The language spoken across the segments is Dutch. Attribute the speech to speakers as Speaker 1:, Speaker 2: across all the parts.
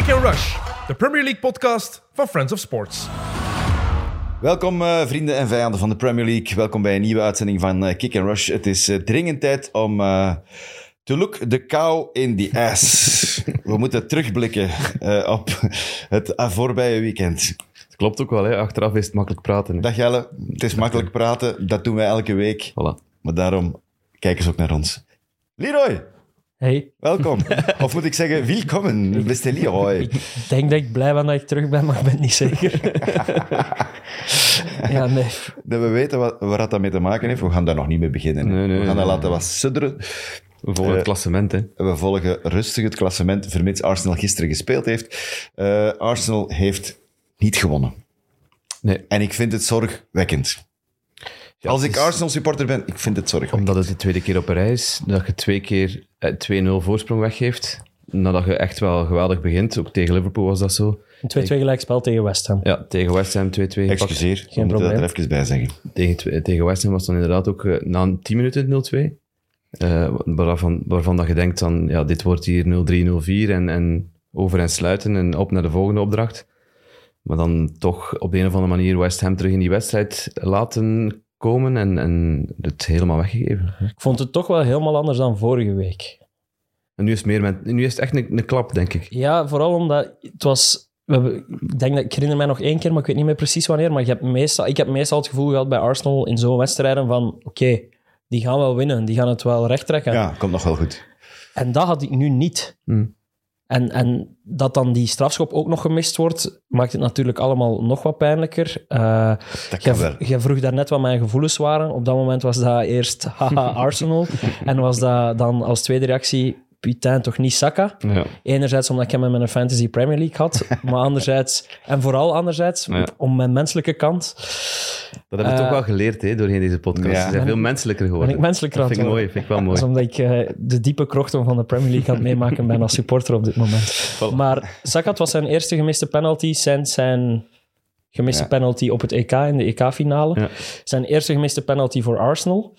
Speaker 1: Kick and Rush, de Premier League podcast van Friends of Sports.
Speaker 2: Welkom vrienden en vijanden van de Premier League. Welkom bij een nieuwe uitzending van Kick and Rush. Het is dringend tijd om to look the cow in the ass. We moeten terugblikken op het voorbije weekend.
Speaker 3: Dat klopt ook wel, hè? Achteraf is het makkelijk praten. Hè?
Speaker 2: Dag Jelle, het is makkelijk praten. Dat doen wij elke week.
Speaker 3: Voilà.
Speaker 2: Maar daarom, kijk eens ook naar ons. Leroy!
Speaker 4: Hey.
Speaker 2: Welkom. Of moet ik zeggen, welkom, beste Leroy.
Speaker 4: Ik denk dat ik blij ben dat ik terug ben, maar ik ben het niet zeker. Ja, nee.
Speaker 2: Dat we weten waar dat mee te maken heeft. We gaan daar nog niet mee beginnen.
Speaker 3: Nee,
Speaker 2: we gaan dat laten wat sudderen.
Speaker 3: We volgen het klassement, hè.
Speaker 2: We volgen rustig het klassement, vermits Arsenal gisteren gespeeld heeft. Arsenal heeft niet gewonnen.
Speaker 3: Nee.
Speaker 2: En ik vind het zorgwekkend.
Speaker 3: Ja,
Speaker 2: Als ik Arsenal-supporter ben, ik vind het zorgwekkend.
Speaker 3: Omdat het de tweede keer op een rij is, dat je 2 keer 2-0 voorsprong weggeeft, nadat je echt wel geweldig begint. Ook tegen Liverpool was dat zo.
Speaker 4: Een 2-2 gelijkspel tegen West Ham.
Speaker 3: Ja, tegen West Ham 2-2.
Speaker 2: Excuseer, we
Speaker 4: Geen
Speaker 2: moeten dat
Speaker 4: probleem.
Speaker 2: er even bij zeggen.
Speaker 3: Tegen West Ham was dan inderdaad ook na 10 minuten 0-2. Waarvan dat je denkt dan, ja, dit wordt hier 0-3, 0-4 en over en sluiten en op naar de volgende opdracht. Maar dan toch op de een of andere manier West Ham terug in die wedstrijd laten komen en het helemaal weggegeven.
Speaker 4: Ik vond het toch wel helemaal anders dan vorige week.
Speaker 3: En nu is het echt een klap, denk ik.
Speaker 4: Ja, vooral omdat het was... ik herinner mij nog 1 keer, maar ik weet niet meer precies wanneer, maar ik heb meestal het gevoel gehad bij Arsenal in zo'n wedstrijden van oké, die gaan wel winnen, die gaan het wel recht trekken.
Speaker 2: Ja, komt nog wel goed.
Speaker 4: En dat had ik nu niet. En dat dan die strafschop ook nog gemist wordt, maakt het natuurlijk allemaal nog wat pijnlijker.
Speaker 2: Dat kan wel.
Speaker 4: Jij vroeg daarnet wat mijn gevoelens waren. Op dat moment was dat eerst haha Arsenal. En was dat dan als tweede reactie putain, toch niet Saka.
Speaker 3: Ja.
Speaker 4: Enerzijds omdat ik hem in mijn Fantasy Premier League had, maar anderzijds, en vooral anderzijds,
Speaker 3: Ja.
Speaker 4: om mijn menselijke kant.
Speaker 3: Dat hebben we toch wel geleerd, hè, doorheen deze podcast.
Speaker 2: Ja.
Speaker 3: Ze zijn veel menselijker geworden.
Speaker 4: Ben ik menselijker
Speaker 3: dat
Speaker 4: aan
Speaker 3: vind
Speaker 4: het
Speaker 3: ik
Speaker 4: worden.
Speaker 3: mooi, vind ik wel mooi.
Speaker 4: Dat is omdat ik de diepe krochten van de Premier League aan het meemaken ben als supporter op dit moment. Maar Saka, het was zijn eerste gemiste penalty sinds zijn gemiste penalty op het EK in de EK-finale.
Speaker 3: Ja.
Speaker 4: Zijn eerste gemiste penalty voor Arsenal.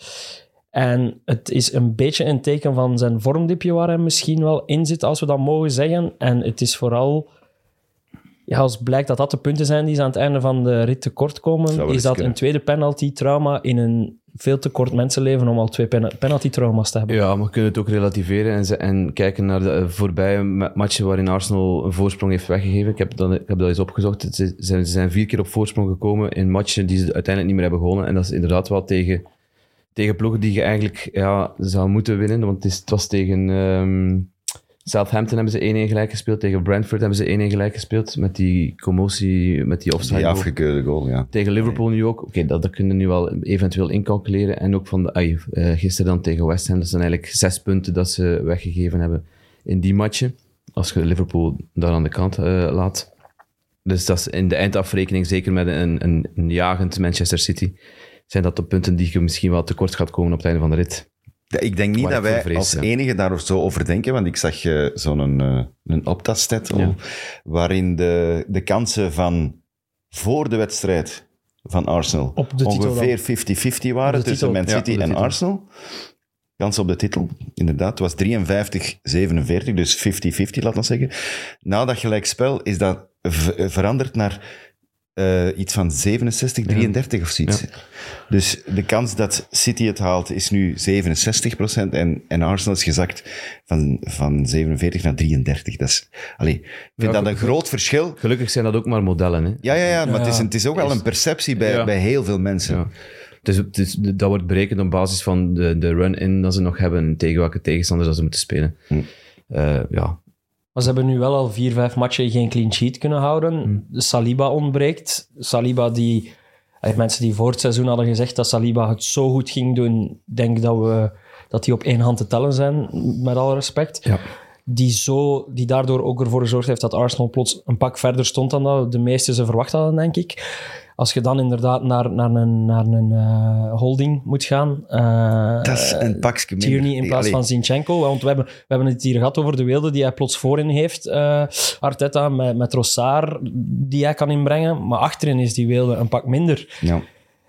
Speaker 4: En het is een beetje een teken van zijn vormdipje waar hij misschien wel in zit, als we dat mogen zeggen. En het is vooral... Ja, als blijkt dat dat de punten zijn die ze aan het einde van de rit tekort komen,
Speaker 2: Zou wel
Speaker 4: is
Speaker 2: eens
Speaker 4: dat
Speaker 2: kunnen.
Speaker 4: een tweede penalty-trauma in een veel te kort mensenleven om al 2 penalty-trauma's te hebben.
Speaker 3: Ja, maar we kunnen het ook relativeren en kijken naar de voorbije matchen waarin Arsenal een voorsprong heeft weggegeven. Ik heb dat eens opgezocht. Ze zijn 4 keer op voorsprong gekomen in matchen die ze uiteindelijk niet meer hebben gewonnen. En dat is inderdaad wel tegen ploegen die je eigenlijk zou moeten winnen. Want het was tegen Southampton hebben ze 1-1 gelijk gespeeld. Tegen Brentford hebben ze 1-1 gelijk gespeeld. Met die commotie, met die offside
Speaker 2: Die
Speaker 3: goal.
Speaker 2: afgekeurde goal, ja.
Speaker 3: Tegen Liverpool nu ook. Oké, dat kunnen we nu wel eventueel incalculeren. En ook van gisteren dan tegen West Ham. Dat zijn eigenlijk 6 punten dat ze weggegeven hebben in die matchen. Als je Liverpool daar aan de kant laat. Dus dat is in de eindafrekening, zeker met een jagend Manchester City, zijn dat de punten die je misschien wel tekort gaat komen op het einde van de rit.
Speaker 2: Ja, ik denk niet
Speaker 3: Waar
Speaker 2: dat
Speaker 3: ik voor
Speaker 2: wij
Speaker 3: vrees,
Speaker 2: als
Speaker 3: ja.
Speaker 2: enige daar zo over denken, want ik zag een Opta-stat waarin de kansen van voor de wedstrijd van Arsenal
Speaker 4: Op de titel
Speaker 2: ongeveer 50-50 waren
Speaker 4: Op de
Speaker 2: tussen
Speaker 4: titel.
Speaker 2: Man City
Speaker 3: Ja, op de
Speaker 2: en
Speaker 3: titel.
Speaker 2: Arsenal. Kansen op de titel, inderdaad. Het was 53-47, dus 50-50, laten we zeggen. Na dat gelijkspel is dat veranderd naar iets van 67-33 of zoiets.
Speaker 3: Ja.
Speaker 2: Dus de kans dat City het haalt is nu 67% en Arsenal is gezakt van 47 naar 33. Dat is, ik vind dat een groot verschil.
Speaker 3: Gelukkig zijn dat ook maar modellen. Hè?
Speaker 2: Ja, maar het is ook wel een perceptie bij heel veel mensen.
Speaker 3: Ja. Dat wordt berekend op basis van de run-in dat ze nog hebben tegen welke tegenstanders dat ze moeten spelen. Ja.
Speaker 4: Maar ze hebben nu wel al 4-5 matchen geen clean sheet kunnen houden. Saliba ontbreekt. Saliba die... Mensen die voor het seizoen hadden gezegd dat Saliba het zo goed ging doen, denk dat die op 1 hand te tellen zijn, met alle respect.
Speaker 3: Ja.
Speaker 4: Die daardoor ook ervoor gezorgd heeft dat Arsenal plots een pak verder stond dan dat de meesten ze verwacht hadden, denk ik. Als je dan inderdaad naar een holding moet gaan.
Speaker 2: Dat is een pakje minder.
Speaker 4: Tierney in plaats van Zinchenko. Want we hebben het hier gehad over de weelde die hij plots voorin heeft. Arteta met Trossard, die hij kan inbrengen. Maar achterin is die weelde een pak minder.
Speaker 2: Ja.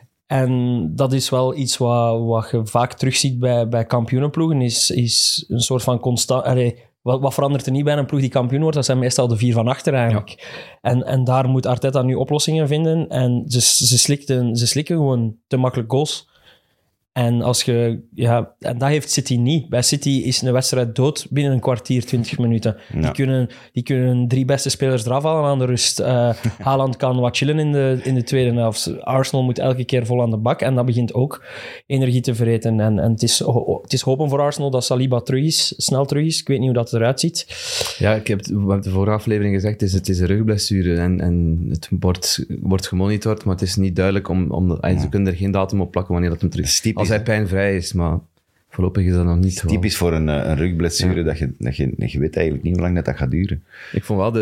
Speaker 4: En dat is wel iets wat je vaak terugziet bij kampioenenploegen. Is een soort van constant... Wat verandert er niet bij een ploeg die kampioen wordt? Dat zijn meestal de 4 van achter eigenlijk. En daar moet Arteta nu oplossingen vinden. En ze slikken gewoon te makkelijk goals. En en dat heeft City niet. Bij City is een wedstrijd dood binnen een kwartier, 20 minuten.
Speaker 2: Ja.
Speaker 4: Die kunnen 3 beste spelers eraf halen aan de rust. Haaland kan wat chillen in de tweede helft. Arsenal moet elke keer vol aan de bak. En dat begint ook energie te vreten. En het is hopen voor Arsenal dat Saliba snel terug is. Ik weet niet hoe dat eruit ziet.
Speaker 3: Ja, we hebben de vorige aflevering gezegd, het is een rugblessure en het wordt gemonitord, maar het is niet duidelijk ze kunnen er geen datum op plakken wanneer dat hem terug is.
Speaker 2: Typisch,
Speaker 3: als hij pijnvrij is, maar voorlopig is dat nog niet zo.
Speaker 2: Typisch voor een rugblessure, dat je weet eigenlijk niet hoe lang dat gaat duren.
Speaker 3: Ik vond wel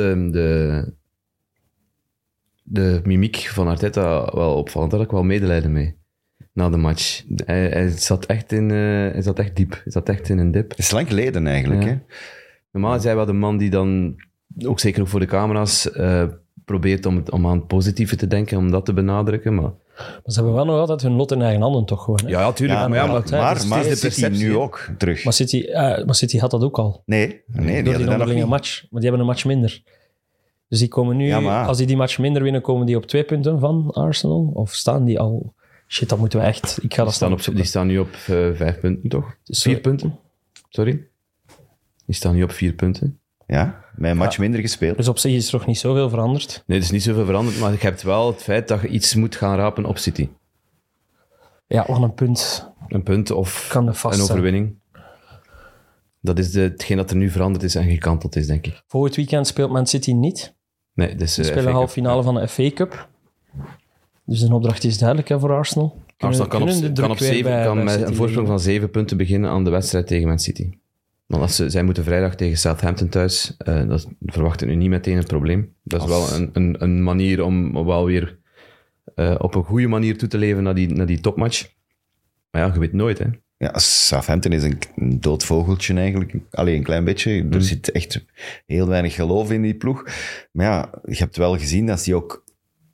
Speaker 3: de mimiek van Arteta wel opvallend. Daar had ik wel medelijden mee. Na de match. Hij zat echt diep. Hij zat echt in een dip.
Speaker 2: Het is lang geleden eigenlijk,
Speaker 3: Ja.
Speaker 2: hè?
Speaker 3: Normaal is hij wel de man die dan, ook zeker ook voor de camera's, probeert om aan het positieve te denken, om dat te benadrukken, maar...
Speaker 4: Maar ze hebben wel nog altijd hun lot in eigen handen, toch gewoon. Hè?
Speaker 3: Ja, tuurlijk.
Speaker 2: Ja, maar
Speaker 3: de
Speaker 2: City
Speaker 3: perceptie,
Speaker 2: nu ook terug.
Speaker 4: Maar City had dat ook al.
Speaker 2: Nee, die
Speaker 4: Door
Speaker 2: hadden
Speaker 4: die
Speaker 2: dat nog
Speaker 4: onderlinge
Speaker 2: niet.
Speaker 4: match. Maar die hebben een match minder. Dus die komen nu,
Speaker 2: Ja, maar-
Speaker 4: als die match minder winnen, komen die op 2 punten van Arsenal? Of staan die al... Shit, dat moeten we echt... Ik ga dat
Speaker 3: Die staan nu op 5 punten, toch? 4 punten. Sorry. Die staan nu op 4 punten.
Speaker 2: Ja, met een match minder gespeeld.
Speaker 4: Dus op zich is er nog niet zoveel veranderd.
Speaker 3: Nee, er is niet zoveel veranderd, maar je hebt wel het feit dat je iets moet gaan rapen op City.
Speaker 4: Ja, wat een punt
Speaker 3: Een punt of
Speaker 4: kan er vast
Speaker 3: een
Speaker 4: zijn.
Speaker 3: overwinning. Dat is hetgeen dat er nu veranderd is en gekanteld is, denk ik.
Speaker 4: Volgend weekend speelt Man City niet.
Speaker 3: Nee, dus,
Speaker 4: Ze spelen halve finale van de FA Cup. Dus de opdracht is duidelijk hè, voor Arsenal.
Speaker 3: Arsenal kan met
Speaker 4: City
Speaker 3: een voorsprong van 7 punten beginnen aan de wedstrijd tegen Man City. Want zij moeten vrijdag tegen Southampton thuis. Dat verwacht ik nu niet meteen een probleem. Dat is wel een manier om wel weer op een goede manier toe te leven naar die topmatch. Maar ja, je weet nooit, hè.
Speaker 2: Ja, Southampton is een dood vogeltje eigenlijk. Alleen een klein beetje. Er zit echt heel weinig geloof in die ploeg. Maar ja, je hebt wel gezien dat die ook...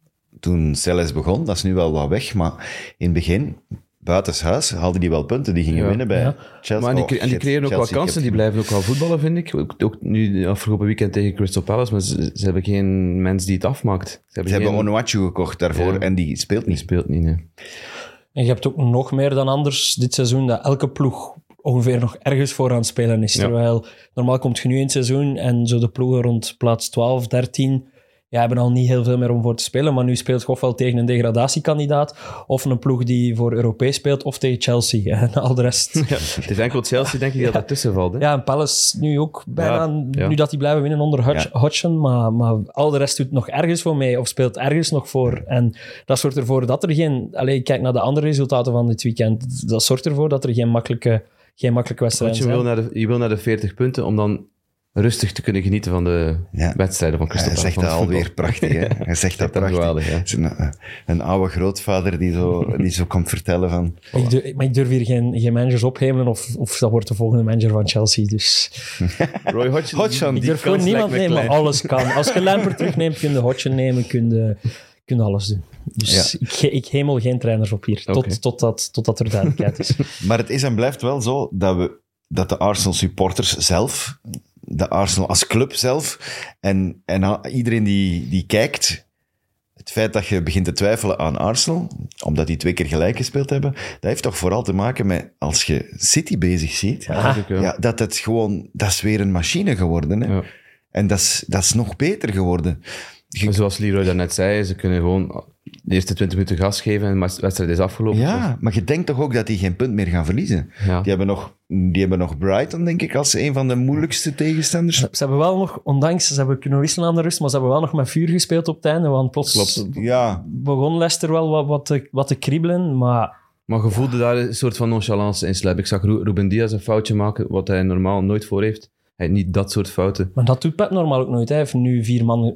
Speaker 2: Toen Celles begon, dat is nu wel wat weg. Maar in het begin, buitenshuis, haalden die wel punten. Die gingen winnen bij Chelsea.
Speaker 3: Maar die creëren ook wel kansen. Die blijven ook wel voetballen, vind ik. Ook nu afgelopen weekend tegen Crystal Palace. Maar ze hebben geen mens die het afmaakt.
Speaker 2: Ze hebben Onuachu gekocht daarvoor en die speelt
Speaker 3: Die
Speaker 2: niet.
Speaker 3: speelt niet, nee.
Speaker 4: En je hebt ook nog meer dan anders dit seizoen dat elke ploeg ongeveer nog ergens voor aan het spelen is.
Speaker 3: Ja.
Speaker 4: Terwijl normaal komt je nu in het seizoen en zo de ploegen rond plaats 12, 13 hebben al niet heel veel meer om voor te spelen. Maar nu speelt je ofwel tegen een degradatiekandidaat of een ploeg die voor Europees speelt of tegen Chelsea. En al de rest...
Speaker 3: Ja, het is enkel Chelsea, denk ik, dat ertussen valt. Hè?
Speaker 4: Ja, en Palace nu ook bijna,
Speaker 3: Ja.
Speaker 4: nu dat die blijven winnen onder Hodgson, maar al de rest doet nog ergens voor mee of speelt ergens nog voor. En dat zorgt ervoor dat er geen... Kijk naar de andere resultaten van dit weekend. Dat zorgt ervoor dat er geen makkelijke wedstrijden zijn.
Speaker 3: Je wil naar de 40 punten om dan rustig te kunnen genieten van de wedstrijden van Crystal
Speaker 2: Hij
Speaker 3: Palace.
Speaker 2: zegt dat alweer prachtig, hè. Hij zegt dat prachtig.
Speaker 3: geweldig, ja.
Speaker 2: Het is een oude grootvader die zo komt vertellen van...
Speaker 4: Maar ik durf hier geen managers ophemelen of dat wordt de volgende manager van Chelsea. Dus
Speaker 3: Roy Hodgson,
Speaker 4: ik durf gewoon niemand nemen, maar alles kan. Als je Lampard terugneemt, kun je Hodgson nemen, kun je alles doen. Dus ik hemel geen trainers op hier, totdat er duidelijkheid is.
Speaker 2: Maar het is en blijft wel zo dat de Arsenal supporters zelf, de Arsenal als club zelf, en iedereen die kijkt, het feit dat je begint te twijfelen aan Arsenal, omdat die 2 keer gelijk gespeeld hebben, dat heeft toch vooral te maken met, als je City bezig ziet, dat het gewoon, dat is weer een machine geworden. Hè?
Speaker 3: Ja.
Speaker 2: En dat is nog beter geworden.
Speaker 3: Zoals Leroy daarnet zei, ze kunnen gewoon de eerste 20 minuten gas geven en de wedstrijd is afgelopen.
Speaker 2: Ja, maar je denkt toch ook dat die geen punt meer gaan verliezen?
Speaker 3: Ja.
Speaker 2: Die hebben nog Brighton, denk ik, als een van de moeilijkste tegenstanders.
Speaker 4: Ze hebben wel nog, ondanks ze hebben kunnen wisselen aan de rust, maar ze hebben wel nog met vuur gespeeld op het einde, want plots begon Leicester wel wat te kriebelen, maar
Speaker 3: je voelde daar een soort van nonchalance in slap. Ik zag Ruben Diaz een foutje maken, wat hij normaal nooit voor heeft. Hij heeft niet dat soort fouten.
Speaker 4: Maar dat doet Pep normaal ook nooit. Hij heeft nu 5 mannen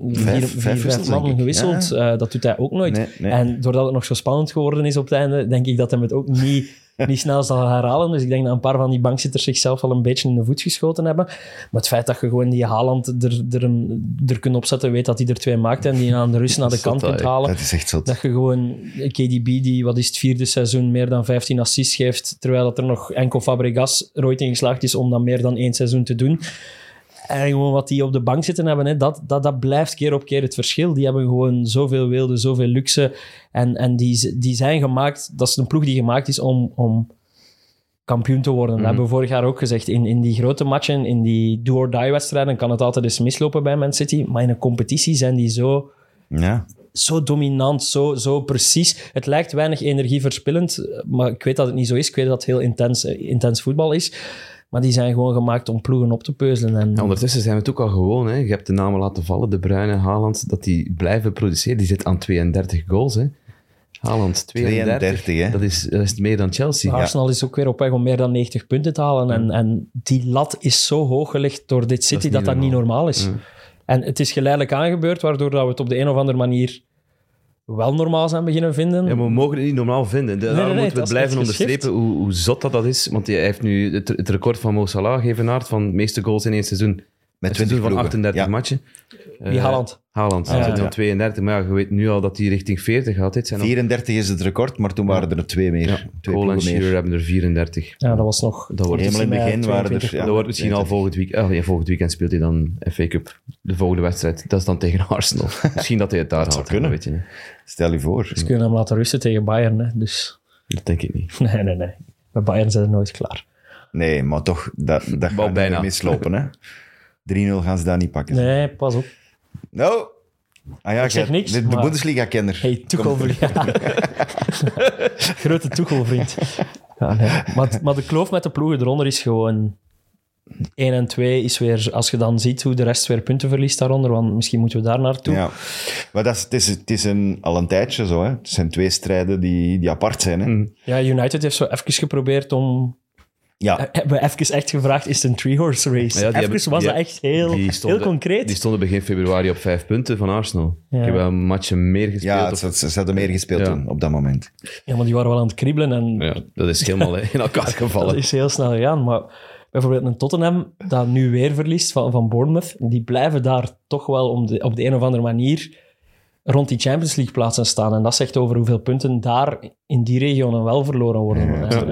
Speaker 4: gewisseld.
Speaker 2: Ja.
Speaker 4: Dat doet hij ook nooit.
Speaker 2: Nee.
Speaker 4: En doordat het nog zo spannend geworden is op het einde, denk ik dat hij het ook niet snel zal herhalen. Dus ik denk dat een paar van die bankzitters zichzelf al een beetje in de voet geschoten hebben. Maar het feit dat je gewoon die Haaland er kunt opzetten, weet dat hij er 2 maakt en die aan de rust naar de kant kunt halen.
Speaker 2: Dat is echt zot.
Speaker 4: Dat je gewoon KDB, die wat is het 4e seizoen, meer dan 15 assists geeft, terwijl dat er nog enkel Fabregas er ooit in geslaagd is om dat meer dan 1 seizoen te doen. En gewoon wat die op de bank zitten hebben, hè, dat blijft keer op keer het verschil. Die hebben gewoon zoveel wilde, zoveel luxe. En die zijn gemaakt... Dat is een ploeg die gemaakt is om kampioen te worden. Dat hebben we vorig jaar ook gezegd. In die grote matchen, in die do-or-die-wedstrijden, kan het altijd eens mislopen bij Man City. Maar in een competitie zijn die zo dominant, zo precies. Het lijkt weinig energieverspillend, maar ik weet dat het niet zo is. Ik weet dat het heel intens voetbal is. Maar die zijn gewoon gemaakt om ploegen op te peuzelen. En...
Speaker 3: Ja, ondertussen zijn we het ook al gewoon. Hè. Je hebt de namen laten vallen, De Bruyne en Haaland, dat die blijven produceren. Die zit aan 32 goals. Hè. Haaland, 32 hè? Dat is meer dan Chelsea.
Speaker 4: Arsenal is ook weer op weg om meer dan 90 punten te halen. En die lat is zo hoog gelegd door dit City dat niet normaal is. En het is geleidelijk aangebeurd, waardoor dat we het op de een of andere manier wel normaal zijn beginnen vinden.
Speaker 3: Ja, maar we mogen het niet normaal vinden. Daarom moeten we blijven onderstrepen hoe zot dat is. Want hij heeft nu het record van Mo Salah geëvenaard van de meeste goals in één seizoen.
Speaker 2: Met 20
Speaker 3: van 38 matchen.
Speaker 4: Wie Haaland?
Speaker 3: Haaland, zit aan 32. Maar ja, je weet nu al dat hij richting 40 gaat.
Speaker 2: 34 is het record, maar toen waren er 2 meer.
Speaker 3: Ja, Cole en Shearer hebben er 34.
Speaker 4: Ja, dat was nog...
Speaker 2: Helemaal in het begin waren er...
Speaker 3: Dat wordt misschien al volgend weekend. Volgend weekend speelt hij dan FA Cup. De volgende wedstrijd. Dat is dan tegen Arsenal. Misschien dat hij het daar haalt.
Speaker 2: zou kunnen.
Speaker 3: Weet je niet.
Speaker 2: Stel je voor.
Speaker 4: Ze kunnen hem laten rusten tegen Bayern. Hè, dus...
Speaker 3: Dat denk ik niet.
Speaker 4: Nee. Bij Bayern zijn ze nooit klaar.
Speaker 2: Nee, maar toch, dat gaat bijna mislopen. Hè? 3-0 gaan ze daar niet pakken.
Speaker 4: Nee, pas op.
Speaker 2: Nou...
Speaker 4: Ik zeg niks,
Speaker 2: de
Speaker 4: maar...
Speaker 2: Bundesliga-kenner.
Speaker 4: Hey, Tuchel-vriend. Grote Tuchel-vriend. Ja, nee. Maar de kloof met de ploegen eronder is gewoon... 1 en 2 is weer... Als je dan ziet hoe de rest weer punten verliest daaronder, want misschien moeten we daar naartoe.
Speaker 2: Ja, maar het is al een tijdje zo. Hè. Het zijn 2 strijden die apart zijn. Hè.
Speaker 4: Ja, United heeft zo even geprobeerd om...
Speaker 2: Ja.
Speaker 4: Hebben we even echt gevraagd, is het een 3-horse race?
Speaker 3: Ja,
Speaker 4: even was dat echt heel concreet.
Speaker 3: Die stonden begin februari op 5 punten van Arsenal.
Speaker 4: Ja.
Speaker 3: Ik heb wel een matchje meer gespeeld.
Speaker 2: Ja, ze hadden meer gespeeld toen, op dat moment.
Speaker 4: Ja, maar die waren wel aan het kriebelen. En
Speaker 3: Ja, dat is helemaal in elkaar gevallen.
Speaker 4: Dat is heel snel gegaan. Maar bijvoorbeeld een Tottenham, dat nu weer verliest van Bournemouth, die blijven daar toch wel op de een of andere manier rond die Champions League plaatsen staan. En dat zegt over hoeveel punten daar in die regio dan wel verloren worden.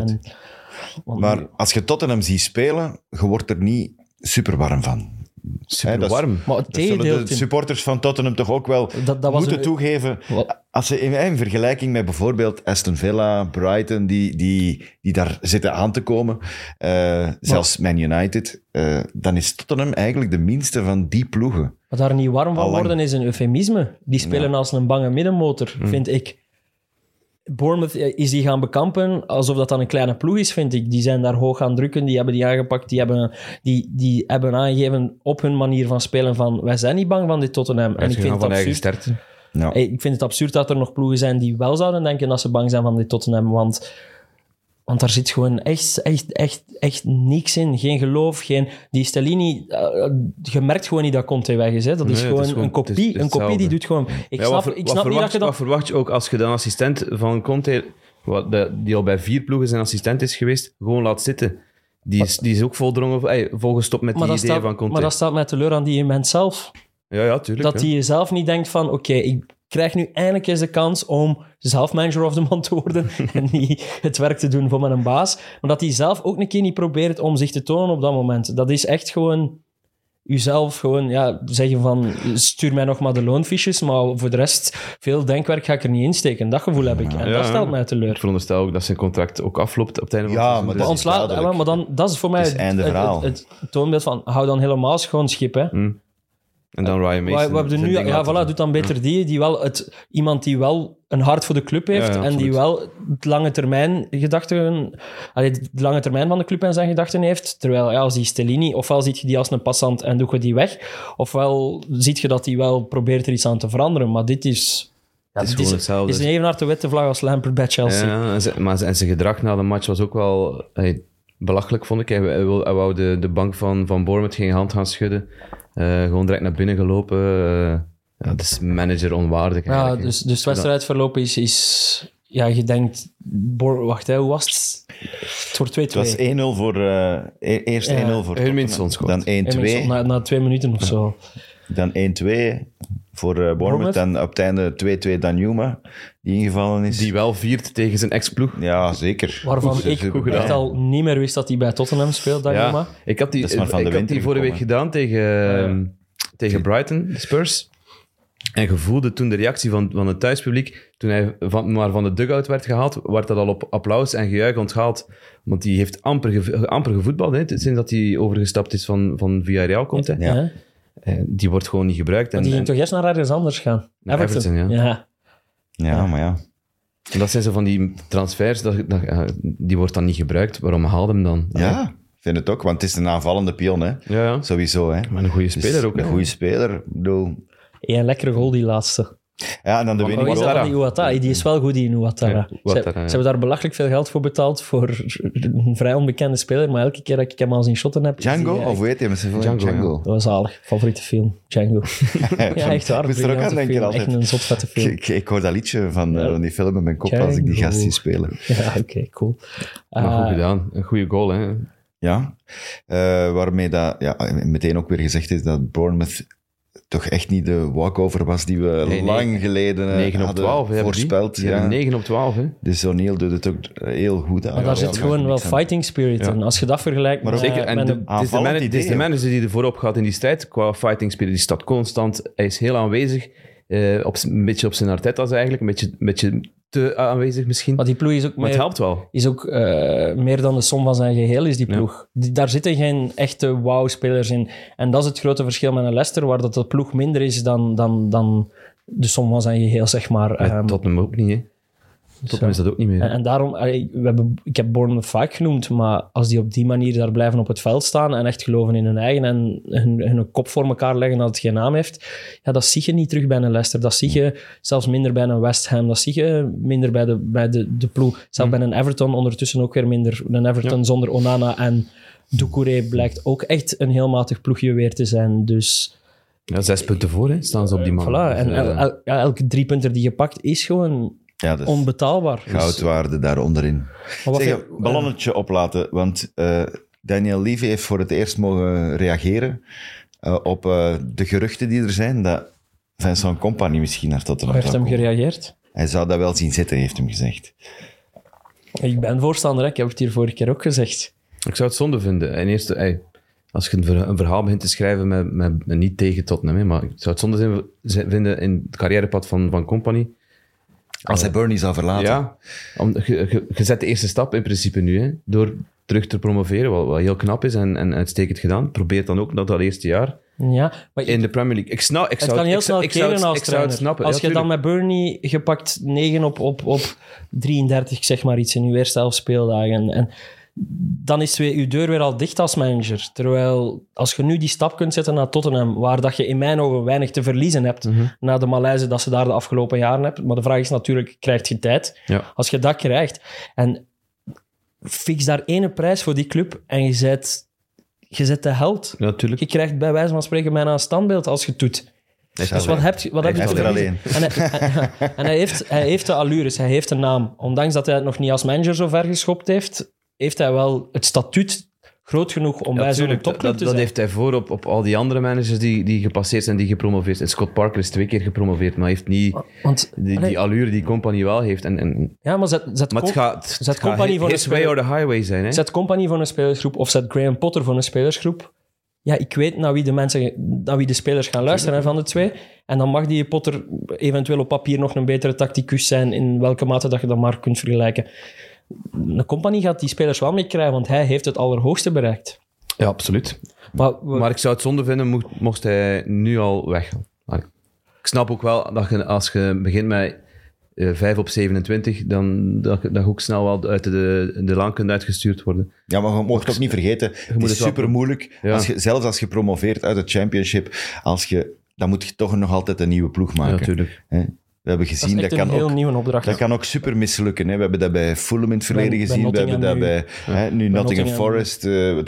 Speaker 2: Maar als je Tottenham ziet spelen, je wordt er niet super warm van.
Speaker 3: Super warm.
Speaker 4: Maar het tegendeel,
Speaker 2: de supporters van Tottenham toch ook wel moeten toegeven. Als ze in vergelijking met bijvoorbeeld Aston Villa, Brighton, die daar zitten aan te komen, zelfs Man United, dan is Tottenham eigenlijk de minste van die ploegen.
Speaker 4: Wat daar niet warm van worden is een eufemisme. Die spelen als een bange middenmotor, vind ik. Bournemouth is die gaan bekampen alsof dat dan een kleine ploeg is, vind ik. Die zijn daar hoog aan drukken, die hebben die aangepakt, die hebben aangegeven op hun manier van spelen van wij zijn niet bang van dit Tottenham. En ik vind het absurd.
Speaker 2: Ja.
Speaker 4: Ik vind het absurd dat er nog ploegen zijn die wel zouden denken dat ze bang zijn van dit Tottenham, want daar zit gewoon echt niks in. Geen geloof, die Stellini... je merkt gewoon niet dat Conte weg is. Hè. Dat is gewoon een kopie. Een kopie die doet gewoon... Ik snap niet dat je dat...
Speaker 3: Wat verwacht je ook als je de assistent van Conte, die al bij 4 ploegen zijn assistent is geweest, gewoon laat zitten? Die is ook volgestopt met die ideeën van Conte.
Speaker 4: Maar dat staat mij teleur aan die mens zelf.
Speaker 3: Ja, tuurlijk.
Speaker 4: Dat hij zelf niet denkt van... Oké, ik krijg nu eindelijk eens de kans om zelf manager of the month te worden en niet het werk te doen voor mijn baas. Maar dat hij zelf ook een keer niet probeert om zich te tonen op dat moment. Dat is echt gewoon uzelf gewoon zeggen van stuur mij nog maar de loonfiches, maar voor de rest veel denkwerk ga ik er niet insteken. Dat gevoel heb ik. En dat stelt mij teleur. Ik
Speaker 3: veronderstel ook dat zijn contract ook afloopt op het einde van
Speaker 2: het seizoen.
Speaker 4: Maar dan, dat is voor mij het toonbeeld van hou dan helemaal schoon schip, hè.
Speaker 3: En dan Ryan Mason.
Speaker 4: We hebben nu, doet dan beter die wel iemand die wel een hart voor de club heeft en die wel het lange termijn de lange termijn van de club en zijn gedachten heeft. Terwijl als die Stellini, ofwel ziet je die als een passant en doe je die weg, ofwel ziet je dat hij wel probeert er iets aan te veranderen. Maar dit is...
Speaker 3: het is hetzelfde.
Speaker 4: Het is een evenaard de witte vlag als Lampard bij Chelsea.
Speaker 3: Ja, en zijn gedrag na de match was ook wel belachelijk, vond ik. Hij wou de bank van Bournemouth geen hand gaan schudden. Gewoon direct naar binnen gelopen. Dat is manager onwaardig.
Speaker 4: Ja, dus het wedstrijdverloop is je denkt... Wacht, hoe was het? Het wordt 2-2.
Speaker 2: Het was 1-0 voor... eerst 1-0 voor
Speaker 3: Herminson.
Speaker 2: dan 1-2.
Speaker 4: Na 2 minuten of zo.
Speaker 2: Dan 1-2 voor Bournemouth. En op het einde 2-2 Danjuma, die ingevallen is.
Speaker 3: Die wel viert tegen zijn ex-ploeg.
Speaker 2: Ja, zeker.
Speaker 4: Waarvan
Speaker 2: Goed,
Speaker 4: ik
Speaker 2: goed gedaan.
Speaker 4: echt al niet meer wist dat hij bij Tottenham speelt, Danjuma.
Speaker 3: Ja, ik had die,
Speaker 2: Dat is maar van de
Speaker 3: ik had
Speaker 2: winter
Speaker 3: die vorige week
Speaker 2: gekomen.
Speaker 3: gedaan tegen Brighton, de Spurs. En je voelde toen de reactie van het thuispubliek, toen hij van de dugout werd gehaald, werd dat al op applaus en gejuich onthaald. Want die heeft amper gevoetbald, hè, sinds dat hij overgestapt is van Villarreal komt. Hè.
Speaker 2: Ja.
Speaker 3: Die wordt gewoon niet gebruikt.
Speaker 4: Maar die ging toch eerst naar ergens anders gaan?
Speaker 3: Naar Everton, ja.
Speaker 2: Ja, maar ja.
Speaker 3: En dat zijn zo van die transfers, die wordt dan niet gebruikt. Waarom haal hem dan?
Speaker 2: Ja, ik vind het ook, want het is een aanvallende pion, hè.
Speaker 3: Ja.
Speaker 2: Sowieso, hè.
Speaker 3: Maar een goede
Speaker 2: Dus
Speaker 3: speler ook.
Speaker 2: Een
Speaker 3: hè.
Speaker 2: goede speler. Ik bedoel...
Speaker 4: Een lekkere goal, die laatste.
Speaker 2: Ja, en dan de
Speaker 4: Oh,
Speaker 2: winning
Speaker 4: is dat
Speaker 2: goal.
Speaker 4: van die Ouattara? Die is wel goed, die Ouattara.
Speaker 3: Ja, Ouattara,
Speaker 4: Ze
Speaker 3: ja.
Speaker 4: hebben daar belachelijk veel geld voor betaald voor een vrij onbekende speler, maar elke keer dat ik hem al zien shotten heb... is
Speaker 2: Django?
Speaker 4: die
Speaker 2: Of hoe heet hij met zijn
Speaker 3: Django,
Speaker 2: Django.
Speaker 4: Dat was zalig. Favoriete film. Django. Ja, echt waar.
Speaker 2: Ik moest er ook aan
Speaker 4: briljante
Speaker 2: denken
Speaker 4: film.
Speaker 2: altijd.
Speaker 4: Echt een zot vette film.
Speaker 2: Ik hoor dat liedje van die film in mijn kop als ik die
Speaker 4: Django.
Speaker 2: gast zie spelen.
Speaker 4: Ja, oké, cool.
Speaker 3: Maar goed gedaan. Een goede goal, hè.
Speaker 2: Ja, waarmee dat meteen ook weer gezegd is dat Bournemouth toch echt niet de walkover was die we
Speaker 3: Nee,
Speaker 2: lang geleden
Speaker 3: 9 op
Speaker 2: hadden
Speaker 3: 12 hebben
Speaker 2: voorspeld.
Speaker 3: die. Ja. 9 op 12, hè.
Speaker 2: Dus O'Neill doet het ook heel goed aan.
Speaker 4: Maar daar
Speaker 2: Ja,
Speaker 4: zit
Speaker 2: ja,
Speaker 4: gewoon
Speaker 2: niks
Speaker 4: wel
Speaker 2: aan.
Speaker 4: fighting spirit
Speaker 3: Ja.
Speaker 4: in. Als je dat vergelijkt
Speaker 2: Maar
Speaker 4: met,
Speaker 3: Zeker, en
Speaker 4: met
Speaker 3: het
Speaker 4: een-
Speaker 3: is de
Speaker 2: aanvallend
Speaker 3: het is
Speaker 2: idee,
Speaker 3: de manager die er voorop gaat in die strijd qua fighting spirit. Die staat constant, hij is heel aanwezig. Een beetje op zijn Arteta's eigenlijk, een beetje te aanwezig misschien.
Speaker 4: Maar die ploeg is ook
Speaker 3: Maar het
Speaker 4: meer,
Speaker 3: helpt wel.
Speaker 4: is ook meer dan de som van zijn geheel, is die ploeg. Daar zitten geen echte wow-spelers in. En dat is het grote verschil met een Leicester, waar dat de ploeg minder is dan de som van zijn geheel, zeg maar.
Speaker 3: Bij Tottenham ook niet, hè. Tottenham is dat ook niet meer. hè.
Speaker 4: En daarom, ik heb Bournemouth vaak genoemd, maar als die op die manier daar blijven op het veld staan en echt geloven in hun eigen en hun kop voor elkaar leggen dat het geen naam heeft, ja, dat zie je niet terug bij een Leicester. Dat zie je zelfs minder bij een West Ham. Dat zie je minder bij de ploeg. Zelfs bij een Everton ondertussen ook weer minder. Een Everton zonder Onana en Doucouré blijkt ook echt een heel matig ploegje weer te zijn. Dus
Speaker 3: Ja, 6 punten voor, hè, staan ze op die man.
Speaker 4: voilà. En elke 3 punten die je pakt is gewoon
Speaker 2: Ja, dus
Speaker 4: onbetaalbaar.
Speaker 2: goudwaarde daar onderin.
Speaker 4: Maar wat
Speaker 2: Zeg,
Speaker 4: vind-
Speaker 2: ballonnetje oplaten, want Daniel Levy heeft voor het eerst mogen reageren op de geruchten die er zijn dat Vincent Kompany misschien naar Tottenham
Speaker 4: heeft
Speaker 2: zou
Speaker 4: hem
Speaker 2: komen.
Speaker 4: gereageerd?
Speaker 2: Hij zou dat wel zien zitten, heeft hem gezegd.
Speaker 4: Ik ben voorstander, hè. Ik heb het hier vorige keer ook gezegd.
Speaker 3: Ik zou het zonde vinden. En eerst, als je een verhaal begint te schrijven met niet tegen Tottenham, hè, maar ik zou het zonde vinden in het carrièrepad van Kompany.
Speaker 2: Als hij Burnley zou verlaten.
Speaker 3: Ja, je zet de eerste stap in principe nu, hè, door terug te promoveren, wat heel knap is en uitstekend gedaan. Probeer dan ook dat eerste jaar
Speaker 4: Ja, maar
Speaker 3: in de Premier League.
Speaker 4: het kan heel snel keren als
Speaker 3: ik zou
Speaker 4: trainer.
Speaker 3: het snappen.
Speaker 4: Als
Speaker 3: Ja,
Speaker 4: je dan
Speaker 3: tuurlijk.
Speaker 4: met Burnley gepakt 9 op 33, zeg maar iets, in je eerste 11 speeldagen. En dan is je deur weer al dicht als manager. Terwijl als je nu die stap kunt zetten naar Tottenham, waar dat je in mijn ogen weinig te verliezen hebt, na de malaise dat ze daar de afgelopen jaren hebben. Maar de vraag is natuurlijk, krijg je tijd?
Speaker 3: Ja.
Speaker 4: Als je dat krijgt en fix daar ene prijs voor die club en je zet de held.
Speaker 3: Ja, natuurlijk.
Speaker 4: Je krijgt bij wijze van spreken bijna een standbeeld als je het doet. Dus wat heb je
Speaker 2: Hij
Speaker 4: te
Speaker 2: heeft er
Speaker 4: verliezen? En hij heeft de allures, hij heeft een naam. Ondanks dat hij het nog niet als manager zo ver geschopt heeft, heeft hij wel het statuut groot genoeg om bij zo'n
Speaker 3: tuurlijk,
Speaker 4: topclub te
Speaker 3: dat
Speaker 4: zijn.
Speaker 3: heeft hij voor op al die andere managers die gepasseerd zijn, die gepromoveerd zijn. Scott Parker is 2 keer gepromoveerd, maar hij heeft niet
Speaker 4: Want,
Speaker 3: die allure die Kompany wel heeft.
Speaker 4: ja, maar zet
Speaker 3: Maar het gaat
Speaker 4: Kompany voor een
Speaker 3: his way
Speaker 4: speler-
Speaker 3: or the highway zijn. Hè?
Speaker 4: Zet Kompany voor een spelersgroep of zet Graham Potter voor een spelersgroep. Ja, ik weet naar wie de spelers gaan luisteren, hè, van de twee. En dan mag die Potter eventueel op papier nog een betere tacticus zijn, in welke mate dat je dat maar kunt vergelijken. De Kompany gaat die spelers wel mee krijgen, want hij heeft het allerhoogste bereikt.
Speaker 3: Ja, absoluut.
Speaker 4: Maar
Speaker 3: ik zou het zonde vinden mocht hij nu al weggaan. Maar ik snap ook wel dat als je begint met 5 op 27, dat je ook snel wel uit de laan kunt uitgestuurd worden.
Speaker 2: Ja, maar je mocht ook niet vergeten, het
Speaker 3: moet
Speaker 2: is
Speaker 3: het wel-
Speaker 2: super moeilijk.
Speaker 3: Ja.
Speaker 2: Zelfs als je promoveert uit het championship, dan moet je toch nog altijd een nieuwe ploeg
Speaker 3: Ja,
Speaker 2: maken.
Speaker 3: natuurlijk.
Speaker 2: Hè? We hebben
Speaker 4: dat is
Speaker 2: gezien,
Speaker 4: echt
Speaker 2: dat
Speaker 4: een
Speaker 2: kan
Speaker 4: heel
Speaker 2: ook...
Speaker 4: nieuwe opdracht.
Speaker 2: Dat kan ook super mislukken. Hè. We hebben dat bij Fulham in het verleden
Speaker 4: Bij
Speaker 2: gezien. We hebben dat
Speaker 4: Nottingham
Speaker 2: bij nu Nottingham
Speaker 4: Nottingham.
Speaker 2: Forest.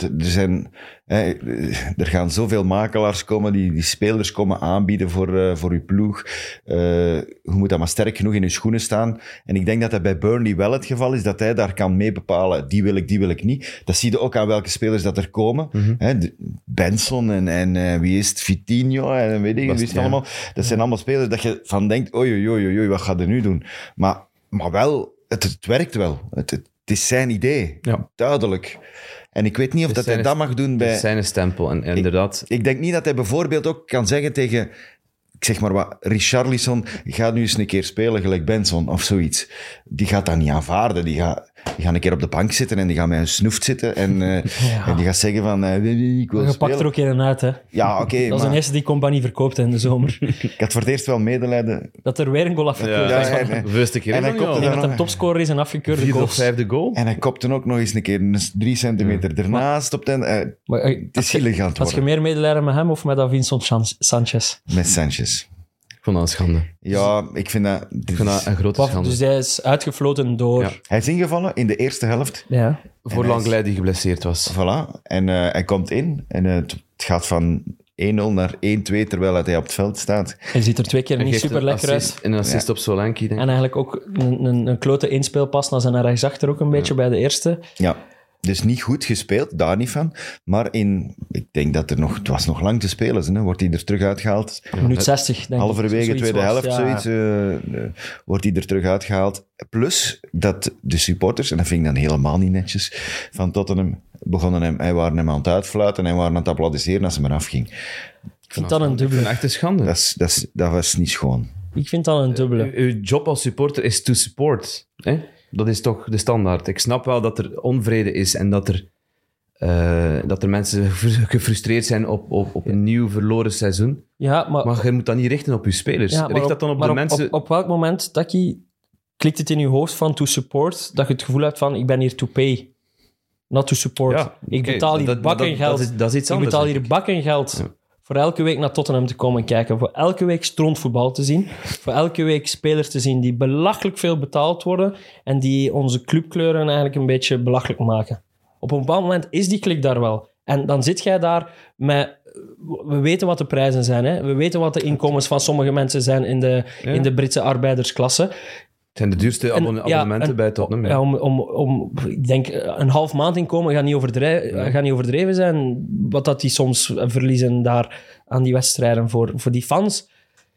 Speaker 2: Er gaan zoveel makelaars komen die spelers komen aanbieden voor uw ploeg. Je moet dan maar sterk genoeg in je schoenen staan. En ik denk dat dat bij Burnley wel het geval is, dat hij daar kan mee bepalen. Die wil ik niet. Dat zie je ook aan welke spelers dat er komen. Benson en wie is het? Vitinho en weet ik, wie is het allemaal. Dat zijn allemaal spelers dat je van denkt, oei, wat gaat hij nu doen? Maar wel, het werkt wel. Het is zijn idee, duidelijk. En ik weet niet of hij dat mag doen bij...
Speaker 3: Het is zijn stempel, en inderdaad...
Speaker 2: Ik denk niet dat hij bijvoorbeeld ook kan zeggen tegen, ik zeg maar wat, Richarlison, ga nu eens een keer spelen gelijk Benson of zoiets. Die gaat dat niet aanvaarden. Die gaat een keer op de bank zitten en die gaat met een snoeft zitten en die gaat zeggen van, ik wil
Speaker 4: Je
Speaker 2: spelen.
Speaker 4: pakt er ook een uit, hè.
Speaker 2: Ja, oké.
Speaker 4: Dat is een eerste die compagnie verkoopt in de zomer.
Speaker 2: Ik had voor het eerst wel medelijden.
Speaker 4: Dat er weer een goal afgekeurd is.
Speaker 3: De eerste keer
Speaker 2: en hij
Speaker 3: is
Speaker 2: kopte
Speaker 3: dat
Speaker 2: dan
Speaker 4: Dat
Speaker 2: nog-
Speaker 4: een topscorer is en afgekeurde
Speaker 3: 4e of
Speaker 4: goals.
Speaker 3: 5e goal.
Speaker 2: En hij kopte ook nog eens een keer 3 centimeter ernaast op het
Speaker 4: Maar,
Speaker 2: het is zielig aan het
Speaker 4: had je
Speaker 2: worden.
Speaker 4: meer medelijden met hem of met Davinson Sanchez?
Speaker 2: Met Sanchez.
Speaker 3: Ik vond dat een schande.
Speaker 2: Ja, ik vind dat...
Speaker 3: Ik vind dat een grote schande.
Speaker 4: Dus hij is uitgefloten door...
Speaker 3: Ja.
Speaker 2: Hij is ingevallen in de eerste helft.
Speaker 4: Ja.
Speaker 3: Voor
Speaker 2: hij is-
Speaker 3: Langley die geblesseerd was.
Speaker 2: Voilà. En hij komt in en het gaat van 1-0 naar 1-2 terwijl hij op het veld staat.
Speaker 4: Hij ziet er 2 keer
Speaker 3: Hij
Speaker 4: niet
Speaker 3: geeft
Speaker 4: super lekker uit.
Speaker 3: Een assist op Solanke, denk ik.
Speaker 4: En eigenlijk ook een klote inspeelpas naar zijn rechtsachter ook een beetje bij de eerste.
Speaker 2: Ja. Dus niet goed gespeeld, daar niet van. Maar ik denk dat het was nog lang te spelen. Hè. Wordt hij er terug uitgehaald?
Speaker 4: Minuut 60, denk ik.
Speaker 2: Halverwege
Speaker 4: Zoiets
Speaker 2: tweede
Speaker 4: was,
Speaker 2: helft,
Speaker 4: ja.
Speaker 2: zoiets, wordt hij er terug uitgehaald. Plus dat de supporters, en dat vind ik dan helemaal niet netjes, van Tottenham waren hem aan het uitfluiten en waren aan het applaudisseren als hij maar afging.
Speaker 4: Ik vind dat een
Speaker 3: Ik
Speaker 4: dubbele.
Speaker 3: vind het echt een schande.
Speaker 2: Dat was niet schoon.
Speaker 4: Ik vind dat een dubbele.
Speaker 3: Uw job als supporter is to support. Hè? Dat is toch de standaard. Ik snap wel dat er onvrede is en dat er mensen gefrustreerd zijn op een nieuw verloren seizoen.
Speaker 4: Ja, maar
Speaker 3: Maar je moet dat niet richten op je spelers.
Speaker 4: Ja, maar
Speaker 3: Richt dat dan op
Speaker 4: maar
Speaker 3: de mensen...
Speaker 4: Op welk moment, Taki, klikt het in je hoofd van to support, dat je het gevoel hebt van, ik ben hier to pay, not to support.
Speaker 3: Ja,
Speaker 4: Ik
Speaker 3: oké,
Speaker 4: betaal hier
Speaker 3: dat-
Speaker 4: bakken
Speaker 3: dat-
Speaker 4: geld.
Speaker 3: dat is iets
Speaker 4: Ik
Speaker 3: anders,
Speaker 4: betaal
Speaker 3: denk
Speaker 4: hier bakken geld
Speaker 3: Ja.
Speaker 4: voor elke week naar Tottenham te komen kijken, voor elke week strontvoetbal te zien, voor elke week spelers te zien die belachelijk veel betaald worden en die onze clubkleuren eigenlijk een beetje belachelijk maken. Op een bepaald moment is die klik daar wel. En dan zit jij daar met... We weten wat de prijzen zijn. Hè? We weten wat de inkomens van sommige mensen zijn in de Britse arbeidersklasse.
Speaker 3: Het zijn de duurste abonnementen bij Tottenham. Ja.
Speaker 4: Ik denk, een half maand inkomen gaat niet overdreven zijn. Wat dat die soms verliezen daar aan die wedstrijden voor die fans.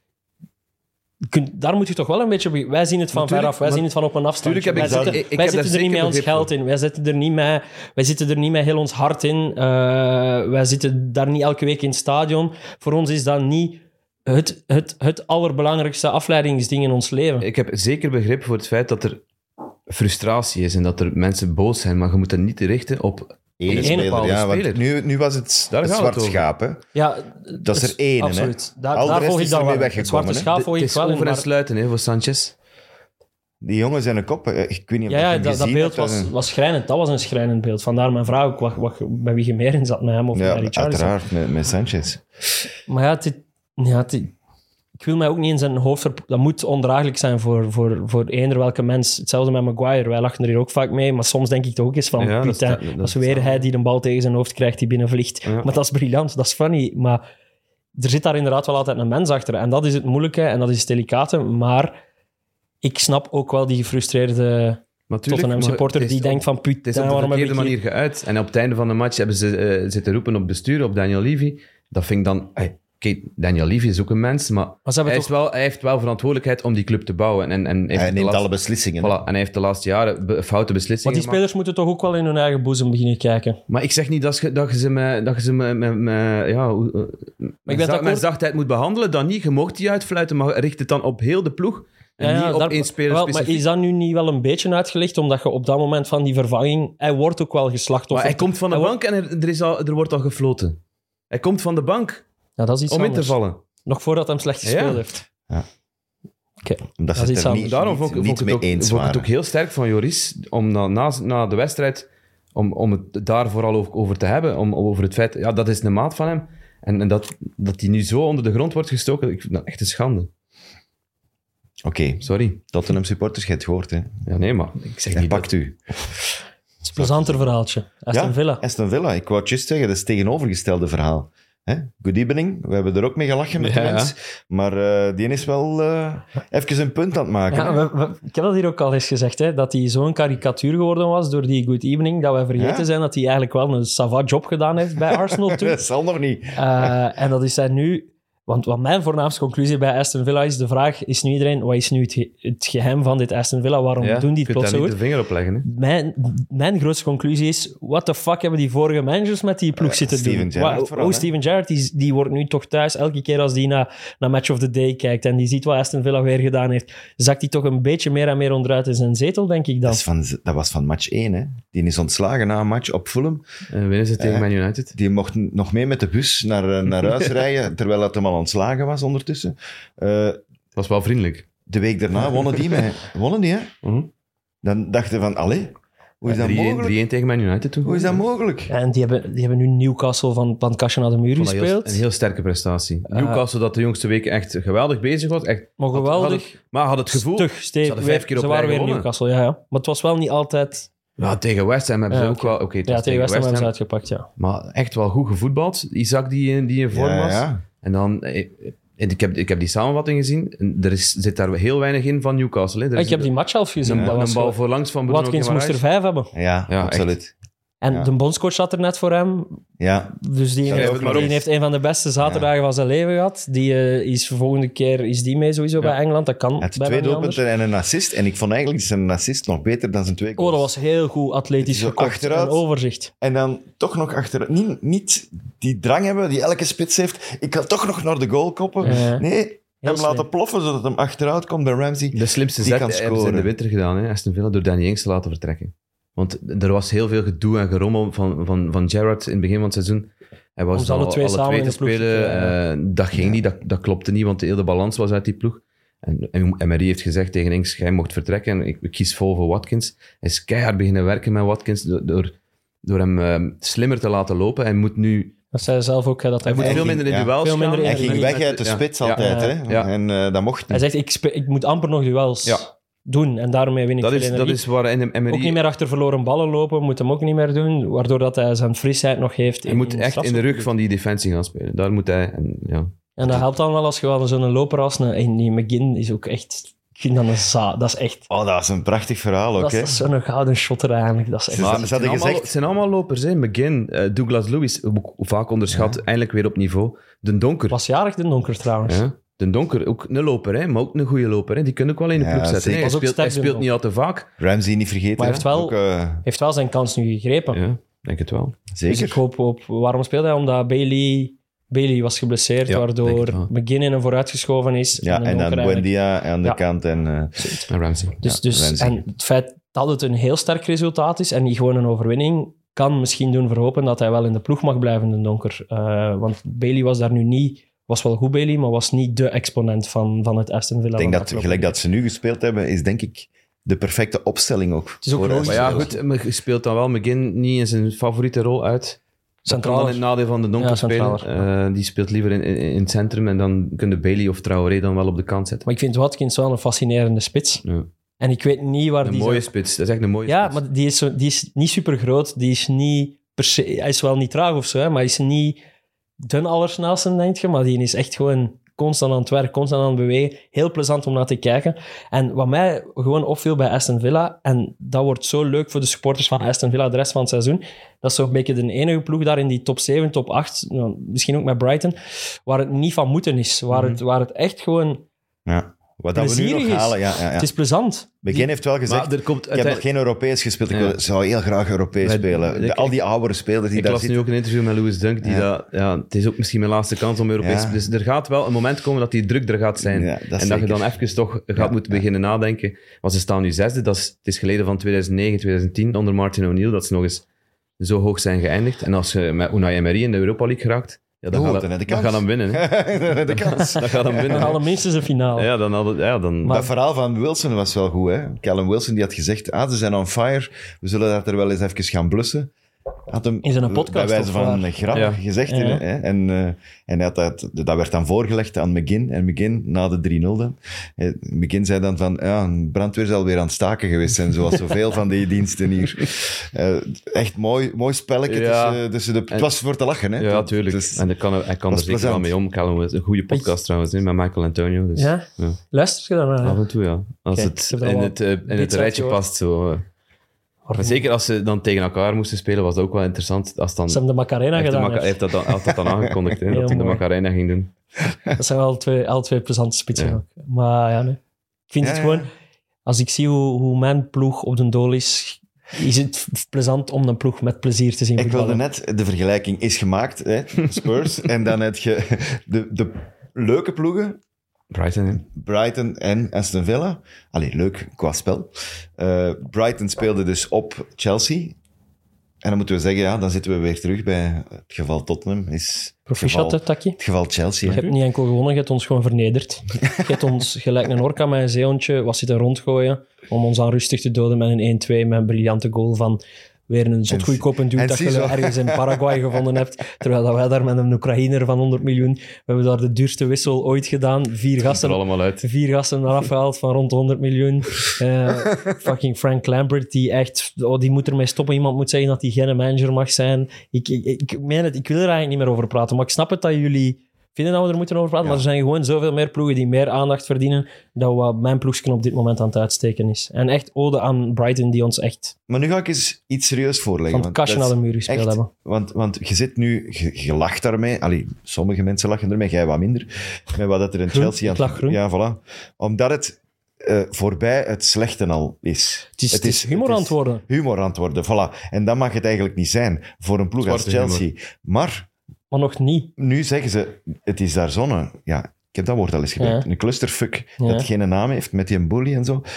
Speaker 4: Daar moet je toch wel een beetje... Wij zien het van
Speaker 3: Natuurlijk,
Speaker 4: veraf, wij zien het van op een afstand.
Speaker 3: Tuurlijk heb ik
Speaker 4: Wij
Speaker 3: dat-
Speaker 4: zitten,
Speaker 3: ik
Speaker 4: wij
Speaker 3: heb daar
Speaker 4: zitten er niet
Speaker 3: zeker
Speaker 4: met ons
Speaker 3: begrip
Speaker 4: geld in. Wij zitten er niet met heel ons hart in. Wij zitten daar niet elke week in het stadion. Voor ons is dat niet het allerbelangrijkste afleidingsding in ons leven.
Speaker 3: Ik heb zeker begrip voor het feit dat er frustratie is en dat er mensen boos zijn, maar je moet dat niet richten op
Speaker 2: Eén
Speaker 3: één
Speaker 2: speler,
Speaker 3: bepaalde
Speaker 2: ja. Want
Speaker 3: speler.
Speaker 2: nu was het
Speaker 3: Daar gaat het
Speaker 2: zwart
Speaker 3: over.
Speaker 2: schaap, hè.
Speaker 4: Ja,
Speaker 2: Dat is er één, hè.
Speaker 4: absoluut.
Speaker 2: Al
Speaker 4: Daar
Speaker 2: de rest
Speaker 4: volg ik
Speaker 2: is
Speaker 4: dan
Speaker 2: ermee
Speaker 4: wel. Het
Speaker 2: weggekomen,
Speaker 4: zwarte
Speaker 2: hè.
Speaker 4: schaap volg
Speaker 3: Het
Speaker 4: ik
Speaker 3: is
Speaker 4: wel in,
Speaker 3: over en
Speaker 4: maar-
Speaker 3: sluiten hè, voor Sanchez.
Speaker 2: Die jongen zijn een kop. Ik weet niet of
Speaker 4: Ja,
Speaker 2: je hem
Speaker 4: dat
Speaker 2: gezien
Speaker 4: beeld
Speaker 2: hebt.
Speaker 4: was schrijnend. Dat was een schrijnend beeld. Vandaar mijn vraag ook bij wie je meer in zat, met hem of
Speaker 2: Ja,
Speaker 4: met Richarlison.
Speaker 2: uiteraard, met Sanchez.
Speaker 4: Maar ja, ik wil mij ook niet in zijn hoofd... Dat moet ondraaglijk zijn voor eender welke mens. Hetzelfde met Maguire. Wij lachen er hier ook vaak mee, maar soms denk ik toch ook eens van...
Speaker 3: Ja,
Speaker 4: Piet,
Speaker 3: dat
Speaker 4: hè,
Speaker 3: is- dat
Speaker 4: dat is
Speaker 3: is
Speaker 4: weer
Speaker 3: hetzelfde.
Speaker 4: hij die de bal tegen zijn hoofd krijgt, die binnenvliegt.
Speaker 3: Ja.
Speaker 4: Maar dat is briljant, dat is funny. Maar er zit daar inderdaad wel altijd een mens achter. En dat is het moeilijke en dat is het delicate. Maar ik snap ook wel die gefrustreerde Tottenham supporter die denkt van...
Speaker 3: Het is op de
Speaker 4: waarom heb
Speaker 3: verkeerde
Speaker 4: ik hier-
Speaker 3: manier geuit. En op het einde van de match hebben ze zitten roepen op bestuur, op Daniel Levy. Dat vind ik dan... Oké, Daniel Levy is ook een mens, maar
Speaker 4: Maar ze hebben
Speaker 3: hij heeft wel verantwoordelijkheid om die club te bouwen. En heeft
Speaker 2: Hij
Speaker 3: de
Speaker 2: neemt
Speaker 3: laatste-
Speaker 2: alle beslissingen. hè.
Speaker 3: Voilà, en hij heeft de laatste jaren foute beslissingen
Speaker 4: Want die
Speaker 3: gemaakt.
Speaker 4: spelers moeten toch ook wel in hun eigen boezem beginnen kijken.
Speaker 3: Maar ik zeg niet dat je ze met
Speaker 4: akkoord.
Speaker 3: zachtheid moet behandelen. Dan niet. Je mocht die uitfluiten, maar richt het dan op heel de ploeg. En niet op één speler
Speaker 4: wel, maar
Speaker 3: specifiek.
Speaker 4: is dat nu niet wel een beetje uitgelegd? Omdat je op dat moment van die vervanging... Hij wordt ook wel geslachtofferd.
Speaker 3: Maar hij komt van de
Speaker 4: Hij
Speaker 3: bank en er wordt al gefloten. Hij komt van de bank
Speaker 4: Ja, dat is iets
Speaker 3: om in te
Speaker 4: anders.
Speaker 3: vallen.
Speaker 4: Nog voordat hij slecht gespeeld
Speaker 3: Ja.
Speaker 4: heeft.
Speaker 2: Ja.
Speaker 4: Oké.
Speaker 2: Omdat
Speaker 4: Dat
Speaker 2: ze
Speaker 4: is
Speaker 2: het
Speaker 4: iets
Speaker 2: er
Speaker 4: anders.
Speaker 2: niet,
Speaker 3: Daarom
Speaker 2: niet,
Speaker 3: vond ik
Speaker 2: niet
Speaker 3: het
Speaker 2: mee
Speaker 3: ook,
Speaker 2: eens
Speaker 3: vond ik het
Speaker 2: waren.
Speaker 3: ook heel sterk van Joris om na de wedstrijd om het daar vooral over te hebben. Over het feit, ja, dat is een maat van hem. En dat hij nu zo onder de grond wordt gestoken, ik vind dat echt een schande.
Speaker 2: Oké,
Speaker 3: Sorry.
Speaker 2: Tottenham supporters, je hebt het gehoord, hè.
Speaker 3: Ja, nee, maar ik zeg
Speaker 2: Hij
Speaker 3: niet
Speaker 2: pakt u.
Speaker 4: Het is een plezanter verhaaltje. Aston Villa.
Speaker 2: Aston Villa. Ik wou het juist zeggen, dat is het tegenovergestelde verhaal. Good evening. We hebben er ook mee gelachen met de mens. Maar die is wel even een punt aan het maken.
Speaker 4: Ja, ik heb dat hier ook al eens gezegd, hè, dat hij zo'n karikatuur geworden was door die Good Evening, dat we vergeten zijn dat hij eigenlijk wel een savant job gedaan heeft bij Arsenal toen.
Speaker 2: Dat zal nog niet.
Speaker 4: En dat is hij nu... Want wat mijn voornaamste conclusie bij Aston Villa is, de vraag is nu iedereen, wat is nu het geheim van dit Aston Villa? Waarom doen die het plots zo goed?
Speaker 3: Je kunt daar niet de vinger op leggen. Hè?
Speaker 4: Mijn grootste conclusie is, what the fuck hebben die vorige managers met die ploeg zitten
Speaker 2: Steven
Speaker 4: doen?
Speaker 2: Gerrard vooral,
Speaker 4: Steven Gerrard, die wordt nu toch thuis elke keer als die naar Match of the Day kijkt en die ziet wat Aston Villa weer gedaan heeft, zakt hij toch een beetje meer en meer onderuit in zijn zetel, denk ik dan.
Speaker 2: Dat was van match 1, hè. Die is ontslagen na een match op Fulham.
Speaker 3: En winnen ze tegen Man United.
Speaker 2: Die mocht nog mee met de bus naar huis rijden, terwijl het hem al ontslagen was ondertussen.
Speaker 3: Het was wel vriendelijk.
Speaker 2: De week daarna wonnen die, hè?
Speaker 3: Mm-hmm.
Speaker 2: Dan dachten we van, allee, hoe is dat
Speaker 3: 3-1
Speaker 2: mogelijk?
Speaker 3: tegen Man United toen.
Speaker 2: Hoe is dat mogelijk?
Speaker 4: En die hebben nu Newcastle van het kastje naar de muur gespeeld.
Speaker 3: Een heel sterke prestatie. Newcastle dat de jongste weken echt geweldig bezig was. Echt,
Speaker 4: Maar geweldig.
Speaker 3: maar had het gevoel...
Speaker 4: Stug,
Speaker 3: ze hadden 5 keer op
Speaker 4: ze
Speaker 3: rij
Speaker 4: waren weer
Speaker 3: gewonnen.
Speaker 4: Newcastle, ja. Maar het was wel niet altijd...
Speaker 3: Ja, tegen West Ham hebben ze ook wel... Oké,
Speaker 4: ja, tegen West Ham hebben ze uitgepakt, ja.
Speaker 3: Maar echt wel goed gevoetbald. Isaac die in vorm was.
Speaker 2: Ja.
Speaker 3: En dan... Ik heb die samenvatting gezien. En zit daar heel weinig in van Newcastle. Hè.
Speaker 4: Ik heb die match zelf gezien.
Speaker 3: Een bal voorlangs van Bruno
Speaker 4: Watkins moest er
Speaker 3: Guimaraes.
Speaker 4: 5 hebben.
Speaker 2: Ja, absoluut.
Speaker 4: En de bondscoach zat er net voor hem.
Speaker 2: Ja.
Speaker 4: Dus die heeft een van de beste zaterdagen van zijn leven gehad. Die is de volgende keer mee sowieso bij Engeland. Dat kan
Speaker 2: Hij had
Speaker 4: bijna
Speaker 2: 2
Speaker 4: niet anders.
Speaker 2: doelpunten en een assist. En ik vond eigenlijk zijn assist nog beter dan zijn 2 goals.
Speaker 4: Oh, dat was heel goed atletisch
Speaker 2: Zo
Speaker 4: gekocht.
Speaker 2: achteruit.
Speaker 4: Een overzicht.
Speaker 2: En dan toch nog achteruit. Niet die drang hebben die elke spits heeft. Ik ga toch nog naar de goal koppen. Nee, hem
Speaker 4: slim.
Speaker 2: laten ploffen zodat hem achteruit komt bij Ramsey.
Speaker 3: De slimste
Speaker 2: Die
Speaker 3: zet
Speaker 2: kan
Speaker 3: hebben ze in de
Speaker 2: scoren.
Speaker 3: winter gedaan, hè, Aston Villa, door Danny Ings te laten vertrekken. Want er was heel veel gedoe en gerommel van Gerrard in het begin van het seizoen. Hij was
Speaker 4: Om ze alle twee samen in
Speaker 3: te
Speaker 4: de ploeg
Speaker 3: spelen.
Speaker 4: te-
Speaker 3: Dat ging niet, dat klopte niet, want de hele balans was uit die ploeg. En Emery heeft gezegd tegen Ings, jij mocht vertrekken en ik kies vol voor Watkins. Hij is keihard beginnen werken met Watkins door hem slimmer te laten lopen. Hij moet nu...
Speaker 4: Dat zei hij zelf ook. Dat
Speaker 3: Hij moet veel minder in duels
Speaker 4: Veel minder
Speaker 3: gaan.
Speaker 4: in-
Speaker 2: Hij ging weg uit de
Speaker 3: Ja.
Speaker 2: spits
Speaker 3: Ja.
Speaker 2: altijd.
Speaker 4: Ja.
Speaker 2: Hè?
Speaker 3: Ja.
Speaker 2: En dat mocht
Speaker 4: Hij
Speaker 2: niet.
Speaker 4: zegt, ik moet amper nog duels
Speaker 3: Ja.
Speaker 4: doen. En daarmee win ik
Speaker 3: Dat
Speaker 4: veel
Speaker 3: is
Speaker 4: energie.
Speaker 3: waar Emery...
Speaker 4: Ook niet meer achter verloren ballen lopen, moet hem ook niet meer doen, waardoor dat hij zijn frisheid nog heeft.
Speaker 3: Hij moet echt in de
Speaker 4: strafschopgebied.
Speaker 3: rug van die defensie gaan spelen. Daar moet hij...
Speaker 4: En dat helpt dan wel als je wel zo'n loper als die McGinn is ook echt... Ik vind dat een dat is echt...
Speaker 2: Oh, dat is een prachtig verhaal ook.
Speaker 4: Dat
Speaker 2: Hè?
Speaker 4: is zo'n gouden shotter eigenlijk. Dat is echt...
Speaker 2: Ze hadden
Speaker 3: Het zijn allemaal-
Speaker 2: gezegd...
Speaker 3: het zijn allemaal lopers, hè. McGinn, Douglas Lewis, ook vaak onderschat, eindelijk weer op niveau. De Donker.
Speaker 4: Was jarig de donker trouwens.
Speaker 3: Ja. De Donker, ook een loper, hè, maar ook een goede loper. Hè. Die kunnen ook wel in de
Speaker 2: Ja,
Speaker 3: ploeg zetten.
Speaker 2: zeker.
Speaker 3: Hè.
Speaker 4: Was ook
Speaker 3: Hij
Speaker 4: sterk
Speaker 3: speelt
Speaker 4: doen
Speaker 3: niet al te vaak.
Speaker 2: Ramsey niet vergeten.
Speaker 4: Maar hij heeft wel-
Speaker 2: Ook,
Speaker 4: Heeft wel zijn kans nu gegrepen.
Speaker 3: Ja, denk het wel.
Speaker 2: zeker.
Speaker 4: Dus ik hoop op... Waarom speelde hij? Omdat Bailey was geblesseerd,
Speaker 3: Ja, denk
Speaker 4: waardoor
Speaker 3: het wel.
Speaker 4: McGinn in een vooruitgeschoven is.
Speaker 2: Ja,
Speaker 4: de
Speaker 2: en dan
Speaker 4: Donker eigenlijk-
Speaker 2: Buendia aan de
Speaker 4: Ja.
Speaker 2: kant. En,
Speaker 3: En Ramsey.
Speaker 4: Dus
Speaker 2: Ramsey.
Speaker 4: en het feit dat het een heel sterk resultaat is en niet gewoon een overwinning, kan misschien doen verhopen dat hij wel in de ploeg mag blijven, de Donker. Want Bailey was daar nu niet... Was wel goed Bailey, maar was niet de exponent van het Aston Villa.
Speaker 2: ik denk
Speaker 4: van
Speaker 2: dat
Speaker 4: afgelopen
Speaker 2: gelijk
Speaker 4: jaar.
Speaker 2: dat ze nu gespeeld hebben, is denk ik de perfecte opstelling ook.
Speaker 4: is ook
Speaker 2: voor
Speaker 4: logisch.
Speaker 3: Maar
Speaker 2: Aston
Speaker 3: ja,
Speaker 2: Villa.
Speaker 3: goed, maar je speelt dan wel McGinn niet in zijn favoriete rol uit. Dat kan
Speaker 4: Centraal.
Speaker 3: dan in het nadeel van de Donker
Speaker 4: Ja,
Speaker 3: spelen.
Speaker 4: centraler.
Speaker 3: Die speelt liever in het centrum en dan kunnen Bailey of Traoré dan wel op de kant zetten.
Speaker 4: Maar ik vind Watkins wel een fascinerende spits.
Speaker 3: Ja.
Speaker 4: En ik weet niet waar
Speaker 3: Een
Speaker 4: die...
Speaker 3: mooie
Speaker 4: zijn-
Speaker 3: spits, dat is echt een mooie
Speaker 4: Ja,
Speaker 3: spits.
Speaker 4: maar die is niet super groot. Die is niet per se... Hij is wel niet traag of zo, hè, maar hij is niet de allersnelste, denk je. Maar die is echt gewoon constant aan het werk, constant aan het bewegen. Heel plezant om naar te kijken. En wat mij gewoon opviel bij Aston Villa, en dat wordt zo leuk voor de supporters van Aston Villa de rest van het seizoen, dat is zo'n beetje de enige ploeg daar in die top 7, top 8, nou, misschien ook met Brighton, waar het niet van moeten is. Waar het echt gewoon
Speaker 2: Ja. Wat dat we nu nog
Speaker 4: plezierig is.
Speaker 2: halen. Ja.
Speaker 4: Het is plezant.
Speaker 2: McGinn heeft wel gezegd,
Speaker 3: Maar er komt
Speaker 2: ik heb nog geen Europees gespeeld, ik
Speaker 3: Ja.
Speaker 2: zou heel graag Europees
Speaker 3: Maar-
Speaker 2: spelen. Al die oudere spelers die
Speaker 3: Ik
Speaker 2: daar
Speaker 3: las nu
Speaker 2: zitten.
Speaker 3: ook een interview met Louis Dunk, die het is ook misschien mijn laatste kans om Europees...
Speaker 2: Ja.
Speaker 3: Dus er gaat wel een moment komen dat die druk er gaat zijn.
Speaker 2: Ja, dat is
Speaker 3: en dat je
Speaker 2: zeker.
Speaker 3: dan even toch gaat moeten beginnen nadenken. Want ze staan nu zesde, het is geleden van 2009, 2010, onder Martin O'Neill, dat ze nog eens zo hoog zijn geëindigd. En als je met Unai Emery in de Europa League geraakt, ja, dan,
Speaker 2: Oeh,
Speaker 3: gaat
Speaker 2: dan heb je
Speaker 3: dat
Speaker 2: kans.
Speaker 3: gaat hem winnen. Hè.
Speaker 2: de kans.
Speaker 3: Dat gaat hem
Speaker 4: We
Speaker 3: winnen.
Speaker 4: halen minstens een finale.
Speaker 3: Ja, dan...
Speaker 4: Maar-
Speaker 2: Dat verhaal van Wilson was wel goed. Hè? Callum Wilson die had gezegd, ze zijn on fire, we zullen dat er wel eens even gaan blussen. had hem
Speaker 4: In zijn podcast,
Speaker 2: bij wijze
Speaker 4: of
Speaker 2: van
Speaker 4: waar?
Speaker 2: een grap
Speaker 3: Ja.
Speaker 2: gezegd.
Speaker 4: Ja.
Speaker 2: Hè? En hij had dat werd dan voorgelegd aan McGinn. En McGinn, na de 3-0 dan, McGinn zei dan van, ja, een brandweer is alweer aan het staken geweest zijn, zoals zoveel van die diensten hier. Echt mooi spelletje.
Speaker 3: Ja.
Speaker 2: Het was voor te lachen, hè?
Speaker 3: Ja, tuurlijk.
Speaker 2: Dus-
Speaker 3: En hij kan er
Speaker 2: was
Speaker 3: zeker wel
Speaker 2: plezant.
Speaker 3: mee om. Callum is een goede podcast trouwens, hè, met Michael Antonio. Dus,
Speaker 4: Ja? Luister je daarnaar?
Speaker 3: Af en toe, ja. Als
Speaker 4: Kijk,
Speaker 3: het
Speaker 4: ik heb dat
Speaker 3: in
Speaker 4: wel
Speaker 3: het
Speaker 4: bits
Speaker 3: rijtje
Speaker 4: uitgehoord.
Speaker 3: past. Zo. Maar zeker als ze dan tegen elkaar moesten spelen, was dat ook wel interessant. Als dan,
Speaker 4: Ze hebben de Macarena
Speaker 3: hij
Speaker 4: gedaan.
Speaker 3: hij heeft had dat dan aangekondigd, hè,
Speaker 4: Heel
Speaker 3: dat hij de
Speaker 4: mooi.
Speaker 3: Macarena ging doen.
Speaker 4: Dat zijn wel alle twee plezante spitsen
Speaker 3: Ja.
Speaker 4: ook. Maar ja, nee. Ik vind
Speaker 2: Ja,
Speaker 4: het
Speaker 2: ja.
Speaker 4: gewoon... Als ik zie hoe mijn ploeg op de doel is het plezant om een ploeg met plezier te zien
Speaker 2: Ik wilde
Speaker 4: voetballen.
Speaker 2: net, de vergelijking is gemaakt, hè? Spurs. En dan heb je de leuke ploegen,
Speaker 3: Brighton, hè.
Speaker 2: Brighton en Aston Villa. Allee, leuk qua spel. Brighton speelde dus op Chelsea. En dan moeten we zeggen, ja, dan zitten we weer terug bij het geval Tottenham.
Speaker 4: Proficiat, hè, Taki.
Speaker 2: Het geval Chelsea.
Speaker 4: Je
Speaker 2: hè.
Speaker 4: hebt niet enkel gewonnen, je hebt ons gewoon vernederd. Je hebt ons gelijk een orka met een zeehondje wat zitten rondgooien om ons aan rustig te doden met een 1-2 met een briljante goal van weer een zot goedkope dude
Speaker 2: en
Speaker 4: dat je
Speaker 2: ziezo.
Speaker 4: ergens in Paraguay gevonden hebt, terwijl dat wij daar met een Oekraïner van 100 miljoen, we hebben daar de duurste wissel ooit gedaan, vier
Speaker 3: Er
Speaker 4: gasten
Speaker 3: allemaal uit.
Speaker 4: 4 gasten eraf gehaald van rond de 100 miljoen. Fucking Frank Lambert, die echt... die moet ermee stoppen. Iemand moet zeggen dat hij geen manager mag zijn. Ik meen het, ik wil er eigenlijk niet meer over praten. Maar ik snap het dat jullie vinden dat we er moeten over praten.
Speaker 2: Ja.
Speaker 4: Maar er zijn gewoon zoveel meer ploegen die meer aandacht verdienen dan wat mijn ploegje op dit moment aan het uitsteken is. En echt ode aan Brighton, die ons echt
Speaker 2: Maar nu ga ik eens iets serieus voorleggen.
Speaker 4: van het kastje naar de muur gespeeld
Speaker 2: echt,
Speaker 4: hebben.
Speaker 2: want je zit nu, je lacht daarmee. Allee, sommige mensen lachen ermee, jij wat minder. Met wat dat er in
Speaker 4: Groen,
Speaker 2: Chelsea
Speaker 4: ik lach groen.
Speaker 2: Ja, voilà. Omdat het voorbij het slechte al is.
Speaker 4: Het is humor aan het worden.
Speaker 2: Humor aan het worden, voilà. En dat mag het eigenlijk niet zijn voor een ploeg als
Speaker 3: Zwarte humor.
Speaker 2: Chelsea. Maar
Speaker 4: Maar nog niet.
Speaker 2: nu zeggen ze, het is daar zonne. Ja, ik heb dat woord al eens gebruikt.
Speaker 4: Ja.
Speaker 2: Een clusterfuck
Speaker 4: Ja.
Speaker 2: dat geen naam heeft, met die bully en zo.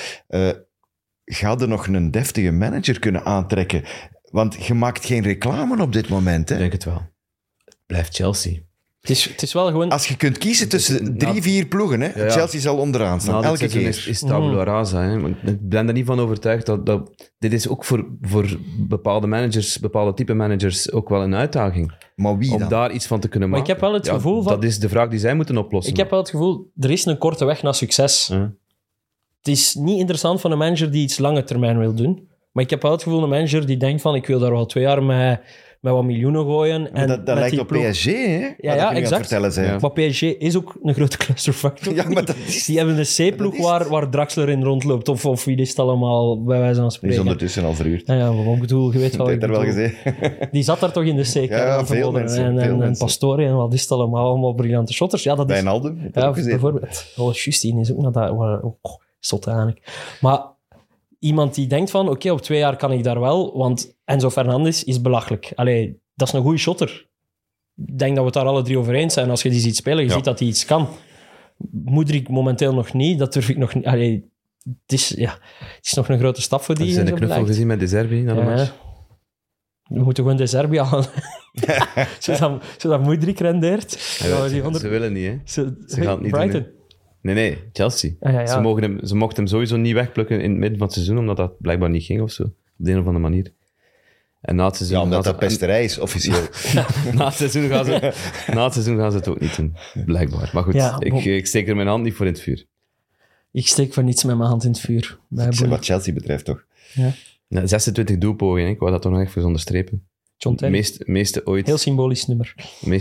Speaker 2: Ga er nog een deftige manager kunnen aantrekken? Want je maakt geen reclame op dit moment. Hè?
Speaker 3: Ik denk het wel. Blijft Chelsea.
Speaker 4: Het is wel gewoon...
Speaker 2: Als je kunt kiezen tussen 3-4 ploegen, hè?
Speaker 3: Ja.
Speaker 2: Chelsea zal onderaan staan,
Speaker 3: Na dit
Speaker 2: elke
Speaker 3: seizoen
Speaker 2: keer.
Speaker 3: is tabula rasa. Hè. Want ik ben er niet van overtuigd dat dit is ook voor bepaalde managers, bepaalde type managers, ook wel een uitdaging.
Speaker 2: Maar wie
Speaker 3: Om
Speaker 2: dan?
Speaker 3: daar iets van te kunnen
Speaker 4: Maar
Speaker 3: maken.
Speaker 4: ik heb wel het gevoel van-
Speaker 3: Dat is de vraag die zij moeten oplossen.
Speaker 4: Ik heb wel het gevoel, er is een korte weg naar succes.
Speaker 3: Ja.
Speaker 4: Het is niet interessant van een manager die iets lange termijn wil doen. Maar ik heb wel het gevoel, een manager die denkt van, ik wil daar wel 2 jaar met wat miljoenen gooien.
Speaker 2: Maar
Speaker 4: En
Speaker 2: dat
Speaker 4: met
Speaker 2: lijkt
Speaker 4: die
Speaker 2: op
Speaker 4: ploeg-
Speaker 2: PSG, hè?
Speaker 4: Ja,
Speaker 2: Wat je nu aan het
Speaker 4: exact.
Speaker 2: vertellen bent.
Speaker 3: Ja.
Speaker 4: Maar PSG is ook een grote clusterfactor.
Speaker 2: Ja, maar dat is...
Speaker 4: Die hebben een C-ploeg
Speaker 2: Dat is-
Speaker 4: waar Draxler in rondloopt. Of wie is het allemaal, bij wijze van
Speaker 2: Die is
Speaker 4: spreken.
Speaker 2: ondertussen al verhuurd.
Speaker 4: Ja, maar ik bedoel, je weet
Speaker 2: Ik
Speaker 4: wel.
Speaker 2: heb
Speaker 4: wat
Speaker 2: daar
Speaker 4: ik
Speaker 2: wel
Speaker 4: bedoel.
Speaker 2: gezien.
Speaker 4: Die zat daar toch in de C-kern
Speaker 2: Ja,
Speaker 4: aan te
Speaker 2: veel
Speaker 4: worden.
Speaker 2: mensen,
Speaker 4: En
Speaker 2: veel mensen.
Speaker 4: Pastore en wat is het allemaal briljante shotters. Ja, dat is...
Speaker 2: Wijnaldum, heb je
Speaker 4: Ja,
Speaker 2: ook gezien.
Speaker 4: bijvoorbeeld. Oh, juist, die is ook naar dat... Zot eigenlijk. Maar iemand die denkt van, oké, op 2 jaar kan ik daar wel, want Enzo Fernandes is belachelijk. Allee, dat is een goede shotter. Ik denk dat we het daar alle 3 over eens zijn. Als je die ziet spelen, je
Speaker 3: Ja.
Speaker 4: ziet dat hij iets kan. Moedrik momenteel nog niet, dat durf ik nog niet... Allee, het is nog een grote stap voor die.
Speaker 3: Heb je zijn
Speaker 4: zo
Speaker 3: knuffel
Speaker 4: blijkt.
Speaker 3: gezien met De Zerbi na de
Speaker 4: Ja.
Speaker 3: match?
Speaker 4: We moeten gewoon de Serbië halen. zodat Moedrik rendeert.
Speaker 3: Ja,
Speaker 4: Dan
Speaker 3: ze,
Speaker 4: die 100
Speaker 3: ze willen niet, hè.
Speaker 4: Ze
Speaker 3: gaan het niet
Speaker 4: Brighton.
Speaker 3: doen, Nee, Chelsea.
Speaker 4: Ah, ja.
Speaker 3: Ze mochten hem sowieso niet wegplukken in het midden van het seizoen, omdat dat blijkbaar niet ging of zo. Op de een of andere manier. En na het seizoen,
Speaker 2: Ja, omdat
Speaker 3: gaan
Speaker 2: dat
Speaker 3: ze-
Speaker 2: pesterij is, officieel.
Speaker 3: na het seizoen gaan ze het ook niet doen. Blijkbaar. Maar goed,
Speaker 4: Ja,
Speaker 3: ik steek er mijn hand niet voor in het vuur.
Speaker 4: Ik steek voor niets met mijn hand in het vuur. Bij Boelie.
Speaker 2: Wat Chelsea betreft, toch?
Speaker 3: Ja, 26 doelpogingen, ik wou dat toch nog even onderstrepen.
Speaker 4: John Terry.
Speaker 3: Meeste ooit,
Speaker 4: Heel symbolisch nummer.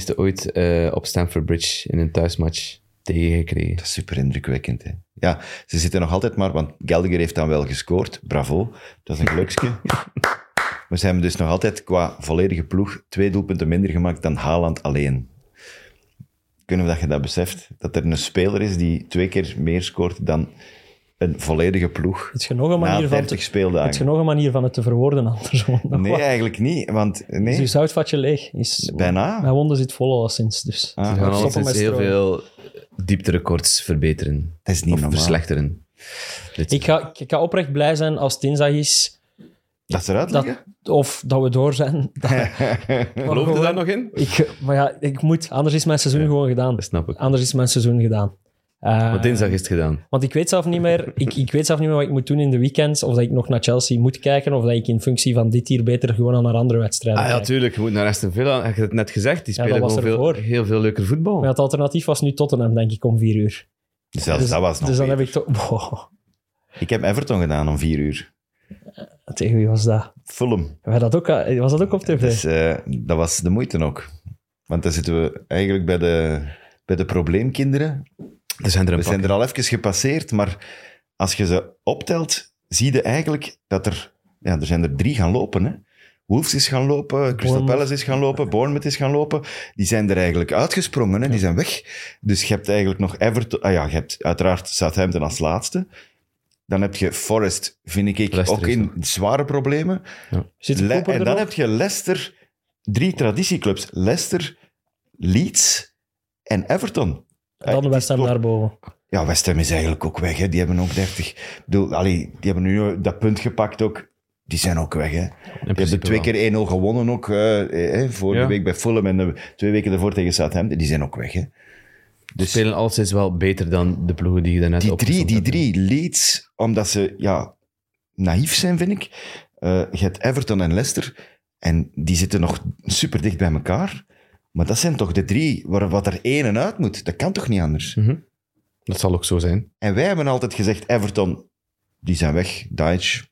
Speaker 3: op Stamford Bridge in een thuismatch tegengekregen.
Speaker 2: Dat is super indrukwekkend, hè. Ja, ze zitten nog altijd maar... Want Gallagher heeft dan wel gescoord. Bravo. Dat is een geluksje. Maar ze hebben dus nog altijd qua volledige ploeg 2 doelpunten minder gemaakt dan Haaland alleen. Kunnen we dat je dat beseft? Dat er een speler is die 2 keer meer scoort dan een volledige ploeg
Speaker 4: Het is nog een
Speaker 2: na
Speaker 4: manier
Speaker 2: 30
Speaker 4: het is
Speaker 2: speeldagen.
Speaker 4: nog een manier van het te verwoorden, andersom.
Speaker 2: Nee, eigenlijk niet. Want
Speaker 4: Is
Speaker 2: nee,
Speaker 4: uw zoutvatje leeg? Is,
Speaker 2: bijna.
Speaker 4: Mijn wonden zit vol al sinds, dus.
Speaker 2: Ah,
Speaker 3: Ze gaan
Speaker 2: oké.
Speaker 3: al
Speaker 4: stoppen
Speaker 3: sinds
Speaker 4: met
Speaker 3: heel
Speaker 4: strooien.
Speaker 3: veel diepterecords verbeteren.
Speaker 2: Dat is niet
Speaker 3: Of
Speaker 2: normaal.
Speaker 3: verslechteren. Dit
Speaker 4: Ik ga oprecht blij zijn als het dinsdag is,
Speaker 2: Dat ze eruit
Speaker 4: dat,
Speaker 2: liggen?
Speaker 4: of dat we door zijn.
Speaker 3: Geloof je daar nog in?
Speaker 4: Maar ja, ik moet. Anders is mijn seizoen gewoon gedaan.
Speaker 3: Dat snap ik.
Speaker 4: Anders is mijn seizoen gedaan.
Speaker 3: Wat dinsdag is het gedaan.
Speaker 4: Want ik weet zelf niet meer, ik weet zelf niet meer wat ik moet doen in de weekends, of dat ik nog naar Chelsea moet kijken, of dat ik in functie van dit hier beter gewoon aan naar andere wedstrijden
Speaker 3: Ja,
Speaker 4: kijk.
Speaker 3: tuurlijk. Je moet naar Aston Villa. Ik heb het net gezegd. Die
Speaker 4: Ja,
Speaker 3: spelen
Speaker 4: dat was
Speaker 3: gewoon
Speaker 4: ervoor.
Speaker 3: heel veel leuker voetbal.
Speaker 4: Maar het alternatief was nu Tottenham, denk ik, om 4 uur.
Speaker 2: Dus zelfs dat was nog
Speaker 4: Dus dan
Speaker 2: beter.
Speaker 4: heb ik toch... Wow.
Speaker 2: Ik heb Everton gedaan om 4 uur.
Speaker 4: Tegen wie was dat?
Speaker 2: Fulham.
Speaker 4: Was dat ook op tv?
Speaker 2: Dus dat was de moeite ook. Want dan zitten we eigenlijk bij de probleemkinderen.
Speaker 3: Er zijn er een
Speaker 2: We zijn
Speaker 3: paar.
Speaker 2: er al even gepasseerd, maar als je ze optelt, zie je eigenlijk dat er zijn er 3 gaan lopen. Hè? Wolves is gaan lopen, Crystal
Speaker 4: Bournemouth.
Speaker 2: Palace is gaan lopen, Bournemouth is gaan lopen. Die zijn er eigenlijk uitgesprongen, hè? Die zijn weg. Dus je hebt eigenlijk nog Everton... je hebt uiteraard Southampton als laatste. Dan heb je Forest, vind ik,
Speaker 3: Leicester
Speaker 2: ook
Speaker 3: is
Speaker 2: in zware problemen.
Speaker 4: Zit de Cooper
Speaker 2: En
Speaker 4: er
Speaker 2: dan
Speaker 4: nog?
Speaker 2: heb je Leicester, 3 traditieclubs. Leicester, Leeds en Everton.
Speaker 4: Dan de
Speaker 2: Het is
Speaker 4: West Ham
Speaker 2: toch-
Speaker 4: naar boven.
Speaker 2: Ja, West Ham is eigenlijk ook weg. Hè. Die hebben ook 30... Ik bedoel, die hebben nu dat punt gepakt ook. Die zijn ook weg. Hè. Die hebben 2 keer 1-0 gewonnen ook. Vorige
Speaker 3: Ja.
Speaker 2: week bij Fulham en 2 weken daarvoor tegen Southampton. Die zijn ook weg. Hè.
Speaker 3: Ze
Speaker 2: Dus
Speaker 3: spelen altijd wel beter dan de ploegen die je daarnet
Speaker 2: die drie Leeds, omdat ze naïef zijn, vind ik. Je hebt Everton en Leicester. En die zitten nog super dicht bij elkaar. Maar dat zijn toch de 3 wat er 1 en uit moet. Dat kan toch niet anders?
Speaker 3: Dat zal ook zo zijn.
Speaker 2: En wij hebben altijd gezegd, Everton, die zijn weg. Dyche,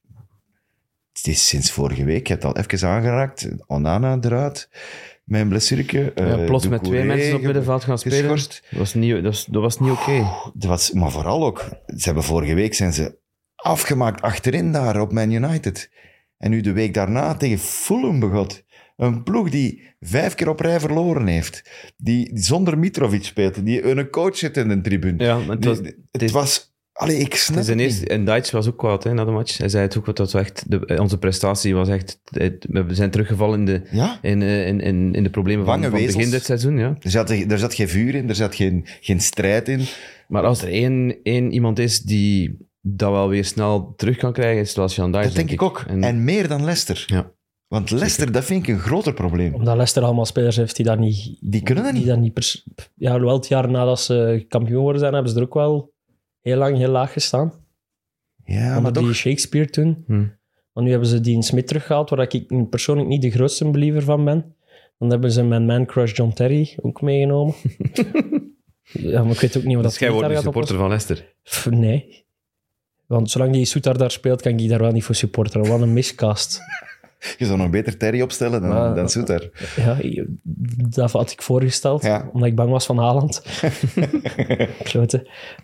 Speaker 2: het is sinds vorige week, je hebt het al even aangeraakt. Onana eruit, met een blessureke.
Speaker 3: Plots met
Speaker 2: Doucouré
Speaker 3: 2 mensen op middenveld gaan spelen.
Speaker 2: geschorst.
Speaker 3: Dat was niet oké.
Speaker 2: Maar vooral ook, vorige week zijn ze afgemaakt achterin daar op Man United. En nu de week daarna tegen Fulham begot. Een ploeg die 5 keer op rij verloren heeft. Die zonder Mitrovic speelt. Die een coach zit in de tribune.
Speaker 3: Ja, maar
Speaker 2: Het was... Allee, ik snap
Speaker 3: het is
Speaker 2: het
Speaker 3: de
Speaker 2: niet.
Speaker 3: eerste, en Dyche was ook kwaad na de match. Hij zei het ook, dat we echt, onze prestatie was echt... We zijn teruggevallen
Speaker 2: Ja?
Speaker 3: in de problemen van
Speaker 2: Bange
Speaker 3: het begin
Speaker 2: wezels.
Speaker 3: dit seizoen. Ja.
Speaker 2: Er zat geen vuur in, er zat geen strijd in.
Speaker 3: Maar als er één iemand is die dat wel weer snel terug kan krijgen, is het wel Sean Dyche,
Speaker 2: Dat denk ik ook. En meer dan Leicester.
Speaker 3: Ja.
Speaker 2: Want Leicester, dat vind ik een groter probleem.
Speaker 4: Omdat Leicester allemaal spelers heeft die dat niet...
Speaker 2: Die kunnen dat niet.
Speaker 4: Ja, alhoewel het jaar nadat ze kampioen geworden zijn, hebben ze er ook wel heel lang heel laag gestaan.
Speaker 2: Ja, maar
Speaker 4: Onder die
Speaker 2: toch...
Speaker 4: Shakespeare toen. Want nu hebben ze Dean Smith teruggehaald, waar ik persoonlijk niet de grootste believer van ben. Dan hebben ze mijn man-crush John Terry ook meegenomen. Ja, maar ik weet ook niet wat
Speaker 3: Dus
Speaker 4: dat
Speaker 3: jij wordt
Speaker 4: daar
Speaker 3: een
Speaker 4: gaat
Speaker 3: supporter van Leicester.
Speaker 4: Nee. Want zolang die Soutar daar speelt, kan ik daar wel niet voor supporteren. Wat een miscast.
Speaker 2: Je zou nog beter Terry opstellen dan Soutar.
Speaker 4: Ja, dat had ik voorgesteld,
Speaker 2: Ja.
Speaker 4: omdat ik bang was van Haaland. Kloten.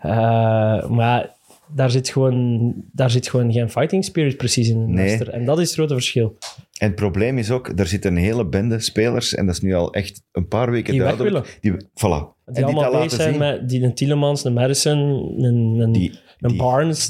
Speaker 4: Maar daar zit gewoon geen fighting spirit precies in Leicester. En dat is het grote verschil.
Speaker 2: En het probleem is ook, er zit een hele bende spelers, en dat is nu al echt een paar weken
Speaker 4: Die weg
Speaker 2: duidelijk. Voilà.
Speaker 4: Die allemaal bezig zijn met een Tielemans, een Madison, een Barnes,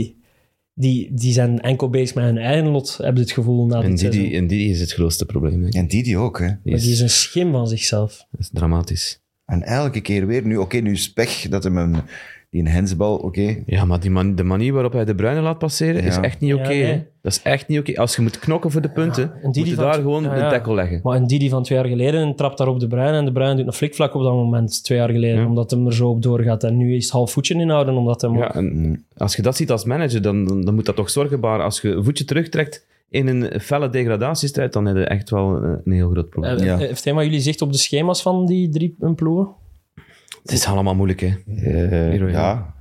Speaker 4: die zijn enkel bezig met hun eigen lot, heb je het gevoel, na dit seizoen.
Speaker 3: En die is het grootste probleem. Denk ik.
Speaker 2: En die ook, hè.
Speaker 4: Maar die is een schim van zichzelf.
Speaker 3: Dat is dramatisch.
Speaker 2: En elke keer weer, nu is het pech dat hem die een hensbal, oké.
Speaker 3: Ja, maar de manier waarop hij De Bruyne laat passeren is
Speaker 2: Ja.
Speaker 3: echt niet oké.
Speaker 4: Ja, nee.
Speaker 3: Hè. Dat is echt niet oké. Als je moet knokken voor de punten,
Speaker 4: en die
Speaker 3: moet je
Speaker 4: van-
Speaker 3: daar gewoon
Speaker 4: ja,
Speaker 3: een
Speaker 4: ja.
Speaker 3: tackle leggen.
Speaker 4: Maar een Didi van 2 jaar geleden trapt daar op De Bruyne en De Bruyne doet een flikvlak op dat moment, 2 jaar geleden,
Speaker 3: Ja.
Speaker 4: omdat hem er zo op doorgaat. En nu is het half voetje inhouden, omdat hem...
Speaker 3: Ja, en als je dat ziet als manager, dan moet dat toch zorgen baren. Als je een voetje terugtrekt in een felle degradatiestrijd, dan heb je echt wel een heel groot probleem.
Speaker 2: Ja.
Speaker 4: Heeft hij maar jullie zicht op de schema's van die 3 ploegen?
Speaker 3: Het is allemaal moeilijk, hè.
Speaker 2: Ja.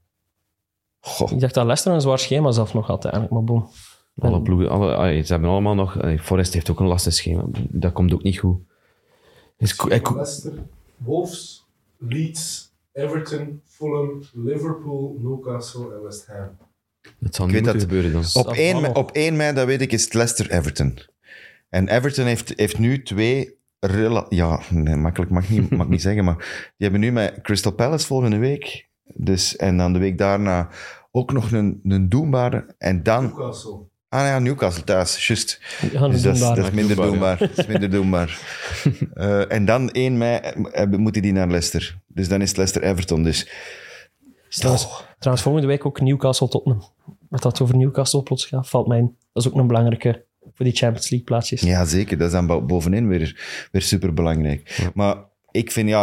Speaker 2: Goh.
Speaker 4: Ik dacht dat Leicester een zwaar schema zelf nog had, eigenlijk, maar boom.
Speaker 3: Alle ploegen, ze hebben allemaal nog... Forest heeft ook een lastig schema. Dat komt ook niet goed.
Speaker 1: Leicester, Wolves, Leeds, Everton, Fulham, Liverpool, Newcastle en West Ham.
Speaker 3: Dat zal
Speaker 2: Ik
Speaker 3: niet
Speaker 2: weet
Speaker 3: moeten gebeuren dan.
Speaker 2: Op 1 mei, dat weet ik, is het Leicester-Everton. En Everton heeft nu 2... makkelijk mag ik niet zeggen, maar die hebben nu met Crystal Palace volgende week. Dus, en dan de week daarna ook nog een doenbare. En dan...
Speaker 1: Newcastle.
Speaker 2: Newcastle thuis, juist.
Speaker 4: Ja,
Speaker 2: Dus dat is minder
Speaker 3: Doenbaar,
Speaker 2: doenbaar. Dat is minder doenbaar. En dan 1 mei moeten die naar Leicester. Dus dan is het Leicester-Everton. Dus...
Speaker 4: Trouwens, volgende week ook Newcastle-Tottenham. Wat dat over Newcastle plots gaat, valt mij in. Dat is ook een belangrijke voor die Champions League plaatsjes.
Speaker 2: Ja, zeker. Dat is dan bovenin weer superbelangrijk. Maar ik vind,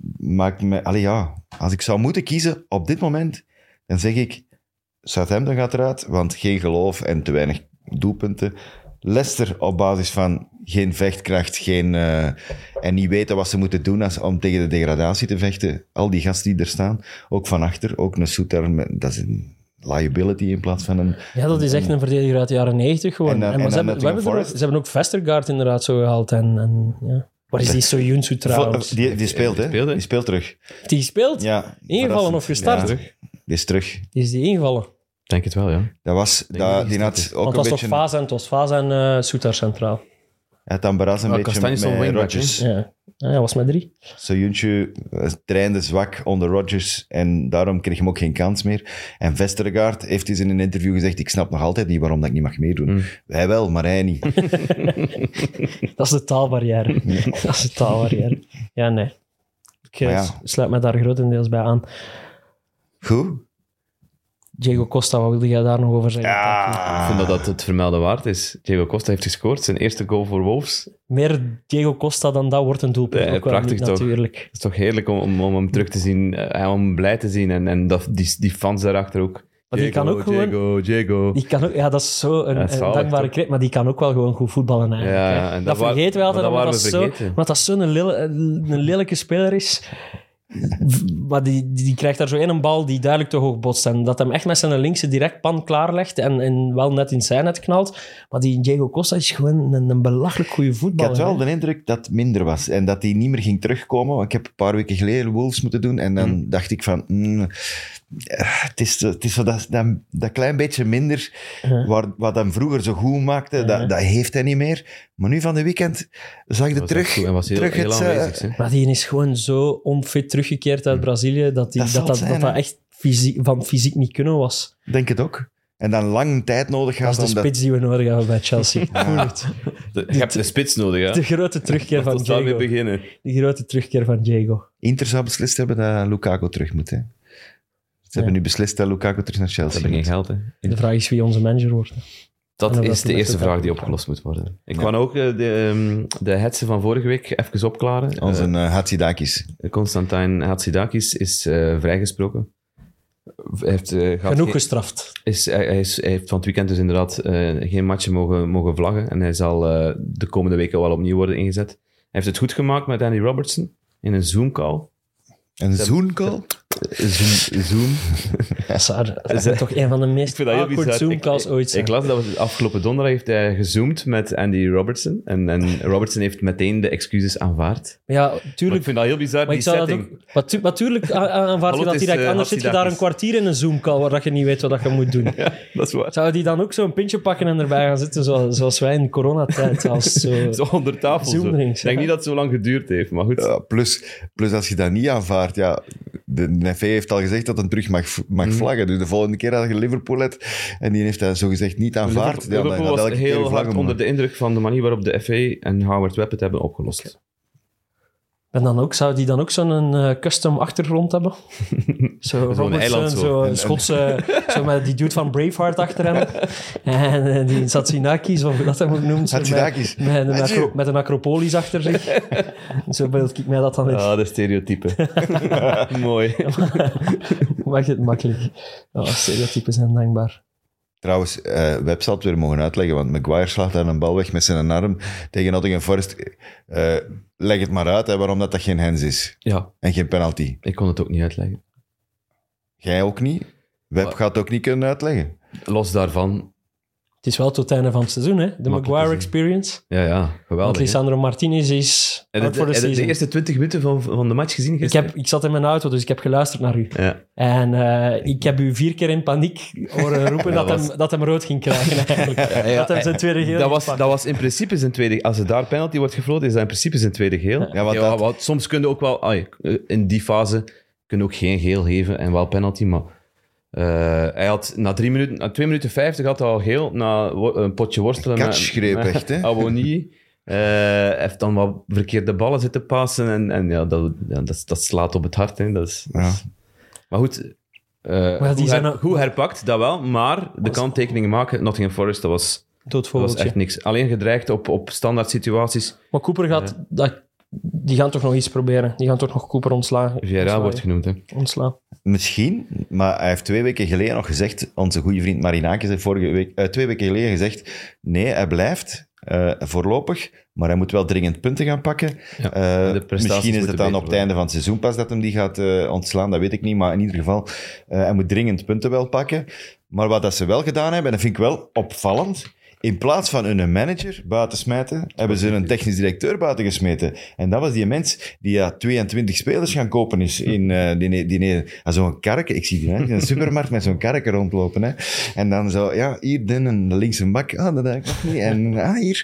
Speaker 2: als ik zou moeten kiezen op dit moment, dan zeg ik, Southampton gaat eruit, want geen geloof en te weinig doelpunten. Leicester op basis van geen vechtkracht, en niet weten wat ze moeten doen om tegen de degradatie te vechten. Al die gasten die er staan, ook van achter, ook een Southampton, dat is een liability in plaats van een...
Speaker 4: Ja, dat is echt een verdediger uit de jaren 90 gewoon. Ze hebben ook Vestergaard inderdaad zo gehaald. Waar is die Soyuncu trouwens?
Speaker 2: Die speelt, hè? Die speelt terug.
Speaker 4: Die speelt?
Speaker 2: Ja.
Speaker 4: Ingevallen of gestart?
Speaker 2: Ja, die is terug.
Speaker 4: Is die ingevallen?
Speaker 3: Denk het wel, ja.
Speaker 2: Die had ook
Speaker 4: Want
Speaker 2: een
Speaker 4: het
Speaker 2: beetje...
Speaker 4: was Faz en Soutar centraal.
Speaker 2: Hij had dan Barras een beetje
Speaker 3: Castagne
Speaker 2: met
Speaker 3: wingback,
Speaker 2: Rodgers.
Speaker 4: Ja, hij was met 3.
Speaker 2: Soyuncu trainde zwak onder Rodgers en daarom kreeg hij ook geen kans meer. En Vestergaard heeft eens in een interview gezegd, ik snap nog altijd niet waarom dat ik niet mag meedoen. Wij wel, maar hij niet.
Speaker 4: Dat is de taalbarrière. Dat is de taalbarrière. Ja, nee. Ik sluit me daar grotendeels bij aan.
Speaker 2: Goed.
Speaker 4: Diego Costa, wat wilde jij daar nog over zeggen?
Speaker 3: Ik vind dat het vermelden waard is. Diego Costa heeft gescoord, zijn eerste goal voor Wolves.
Speaker 4: Meer Diego Costa dan dat wordt een doelpunt.
Speaker 3: Ja,
Speaker 4: ook wel
Speaker 3: prachtig
Speaker 4: niet,
Speaker 3: toch?
Speaker 4: natuurlijk.
Speaker 3: Het is toch heerlijk om hem terug te zien, om hem blij te zien. En die fans daarachter ook.
Speaker 4: Maar die kan ook gewoon...
Speaker 3: Diego.
Speaker 4: Die kan ook, ja, dat is zo een dankbare
Speaker 3: toch?
Speaker 4: kreet, maar die kan ook wel gewoon goed voetballen eigenlijk.
Speaker 3: Ja, en
Speaker 4: dat vergeten we altijd, omdat dat zo'n lelijke speler is. Maar die krijgt daar zo een bal die duidelijk te hoog botst. En dat hem echt met zijn linkse direct pan klaarlegt en wel net in zijn net knalt. Maar die Diego Costa is gewoon een belachelijk goede voetballer.
Speaker 2: Ik had wel de indruk dat het minder was. En dat hij niet meer ging terugkomen. Want ik heb een paar weken geleden Wolves moeten doen. En dan dacht ik van... het is zo dat klein beetje minder wat hem vroeger zo goed maakte. Dat heeft hij niet meer. Maar nu van de weekend zag je terug.
Speaker 3: Hij was heel aanwezig.
Speaker 4: Maar die is gewoon zo onfit teruggekeerd uit Brazilië dat echt van fysiek niet kunnen was.
Speaker 2: Denk het ook. En dan lang tijd nodig gaat.
Speaker 4: Dat is de spits die we nodig hebben bij Chelsea.
Speaker 3: Je hebt een spits nodig, hè?
Speaker 4: De grote terugkeer van Diego.
Speaker 3: Daarmee beginnen.
Speaker 4: De grote terugkeer van Diego.
Speaker 2: Inter zou beslist hebben dat Lukaku terug moet. Hè? Ze hebben nu beslist dat Lukaku terug naar Chelsea
Speaker 3: Ze hebben geen geld, hè?
Speaker 4: De vraag is wie onze manager wordt.
Speaker 3: Dat is de eerste vraag die opgelost moet worden. Ik kan ook de hetze van vorige week even opklaren.
Speaker 2: Onze Hatzidakis.
Speaker 3: Constantijn Hatzidakis is vrijgesproken.
Speaker 4: Genoeg gestraft.
Speaker 3: Hij heeft van het weekend dus inderdaad geen matchen mogen vlaggen. En hij zal de komende weken wel opnieuw worden ingezet. Hij heeft het goed gemaakt met Andy Robertson in een Zoom-call.
Speaker 2: Een Zoom-call?
Speaker 3: Zoom.
Speaker 4: Dat is toch een van de meest awkward Zoom-calls ooit zijn.
Speaker 3: Ik las dat afgelopen donderdag heeft hij gezoomd met Andy Robertson. En Robertson heeft meteen de excuses aanvaard.
Speaker 4: Ja, tuurlijk.
Speaker 3: Ik vind dat heel bizar,
Speaker 4: maar
Speaker 3: die setting.
Speaker 4: Natuurlijk aanvaart je dat direct. Anders zit je daar een kwartier in een Zoom-call waar je niet weet wat je moet doen.
Speaker 3: Ja, dat is waar.
Speaker 4: Zou die dan ook zo'n pintje pakken en erbij gaan zitten zoals wij in coronatijd?
Speaker 3: Zo onder tafel. Ik denk niet dat het zo lang geduurd heeft, maar goed.
Speaker 2: Ja, plus als je dat niet aanvaardt, de FA heeft al gezegd dat hij terug mag vlaggen. Dus de volgende keer dat je Liverpool hebt en die heeft dat zogezegd niet aanvaard.
Speaker 3: Liverpool was heel hard onder de indruk van de manier waarop de FA en Howard Webb het hebben opgelost.
Speaker 4: En zou die dan ook zo'n custom achtergrond hebben?
Speaker 3: Zo'n eiland.
Speaker 4: Zo'n Schotse... zo met die dude van Braveheart achter hem. En die Satsinakis, of hoe dat hem ook noemt. Met een Acropolis achter zich. Zo beeld ik mij dat dan in.
Speaker 3: Ja, de stereotypen. Mooi.
Speaker 4: Maak het makkelijk. Ja, stereotypen zijn dankbaar.
Speaker 2: Trouwens, Webb zal het weer mogen uitleggen, want Maguire slaat daar een bal weg met zijn arm tegen Nottingham Forest. Leg het maar uit, waarom dat geen hands is.
Speaker 3: Ja.
Speaker 2: En geen penalty.
Speaker 3: Ik kon het ook niet uitleggen.
Speaker 2: Jij ook niet? Webb gaat het ook niet kunnen uitleggen.
Speaker 3: Los daarvan...
Speaker 4: Het is wel tot het einde van het seizoen, hè? De Maguire Experience.
Speaker 3: Ja, geweldig.
Speaker 4: Want Lisandro Martinez is out for the season.
Speaker 3: De eerste 20 minuten van de match gezien gisteren?
Speaker 4: Ik zat in mijn auto, dus ik heb geluisterd naar u.
Speaker 3: Ja.
Speaker 4: En ik heb u 4 keer in paniek horen roepen dat hem rood ging krijgen eigenlijk. Dat hem zijn tweede geel
Speaker 3: dat was in principe zijn tweede... Als er daar penalty wordt gefloten, is dat in principe zijn tweede geel.
Speaker 2: Ja,
Speaker 3: soms kun je ook wel... in die fase kun je ook geen geel geven en wel penalty, maar... hij had na 2 minuten 50 had hij al geel, na een potje worstelen
Speaker 2: Katsgreep, echt, hè?
Speaker 3: Abonie. Heeft dan wat verkeerde ballen zitten passen en dat slaat op het hart. Hè. Maar goed, goed herpakt, dat wel, maar de kanttekeningen maken, Nottingham Forest, dat was echt niks. Alleen gedreigd op standaard situaties.
Speaker 4: Maar Cooper gaat... Die gaan toch nog iets proberen. Die gaan toch nog Cooper
Speaker 3: Vieira wordt genoemd, hè.
Speaker 4: ontslaan.
Speaker 2: Misschien, maar hij heeft 2 weken geleden nog gezegd, onze goede vriend Marinakis heeft 2 weken geleden gezegd, nee, hij blijft voorlopig, maar hij moet wel dringend punten gaan pakken.
Speaker 3: Ja, de prestaties
Speaker 2: Misschien is het
Speaker 3: moeten
Speaker 2: dan
Speaker 3: beter
Speaker 2: op het einde van het seizoen pas dat hem die gaat ontslaan, dat weet ik niet, maar in ieder geval, hij moet dringend punten wel pakken. Maar wat dat ze wel gedaan hebben, en dat vind ik wel opvallend, in plaats van hun manager buiten smijten, hebben ze een technisch directeur buiten gesmeten. En dat was die mens die 22 spelers gaan kopen is in zo'n karretje. Ik zie die in een supermarkt met zo'n karretje rondlopen. Hè. En dan zo, hier een linkse bak. Dat heb ik nog niet. En hier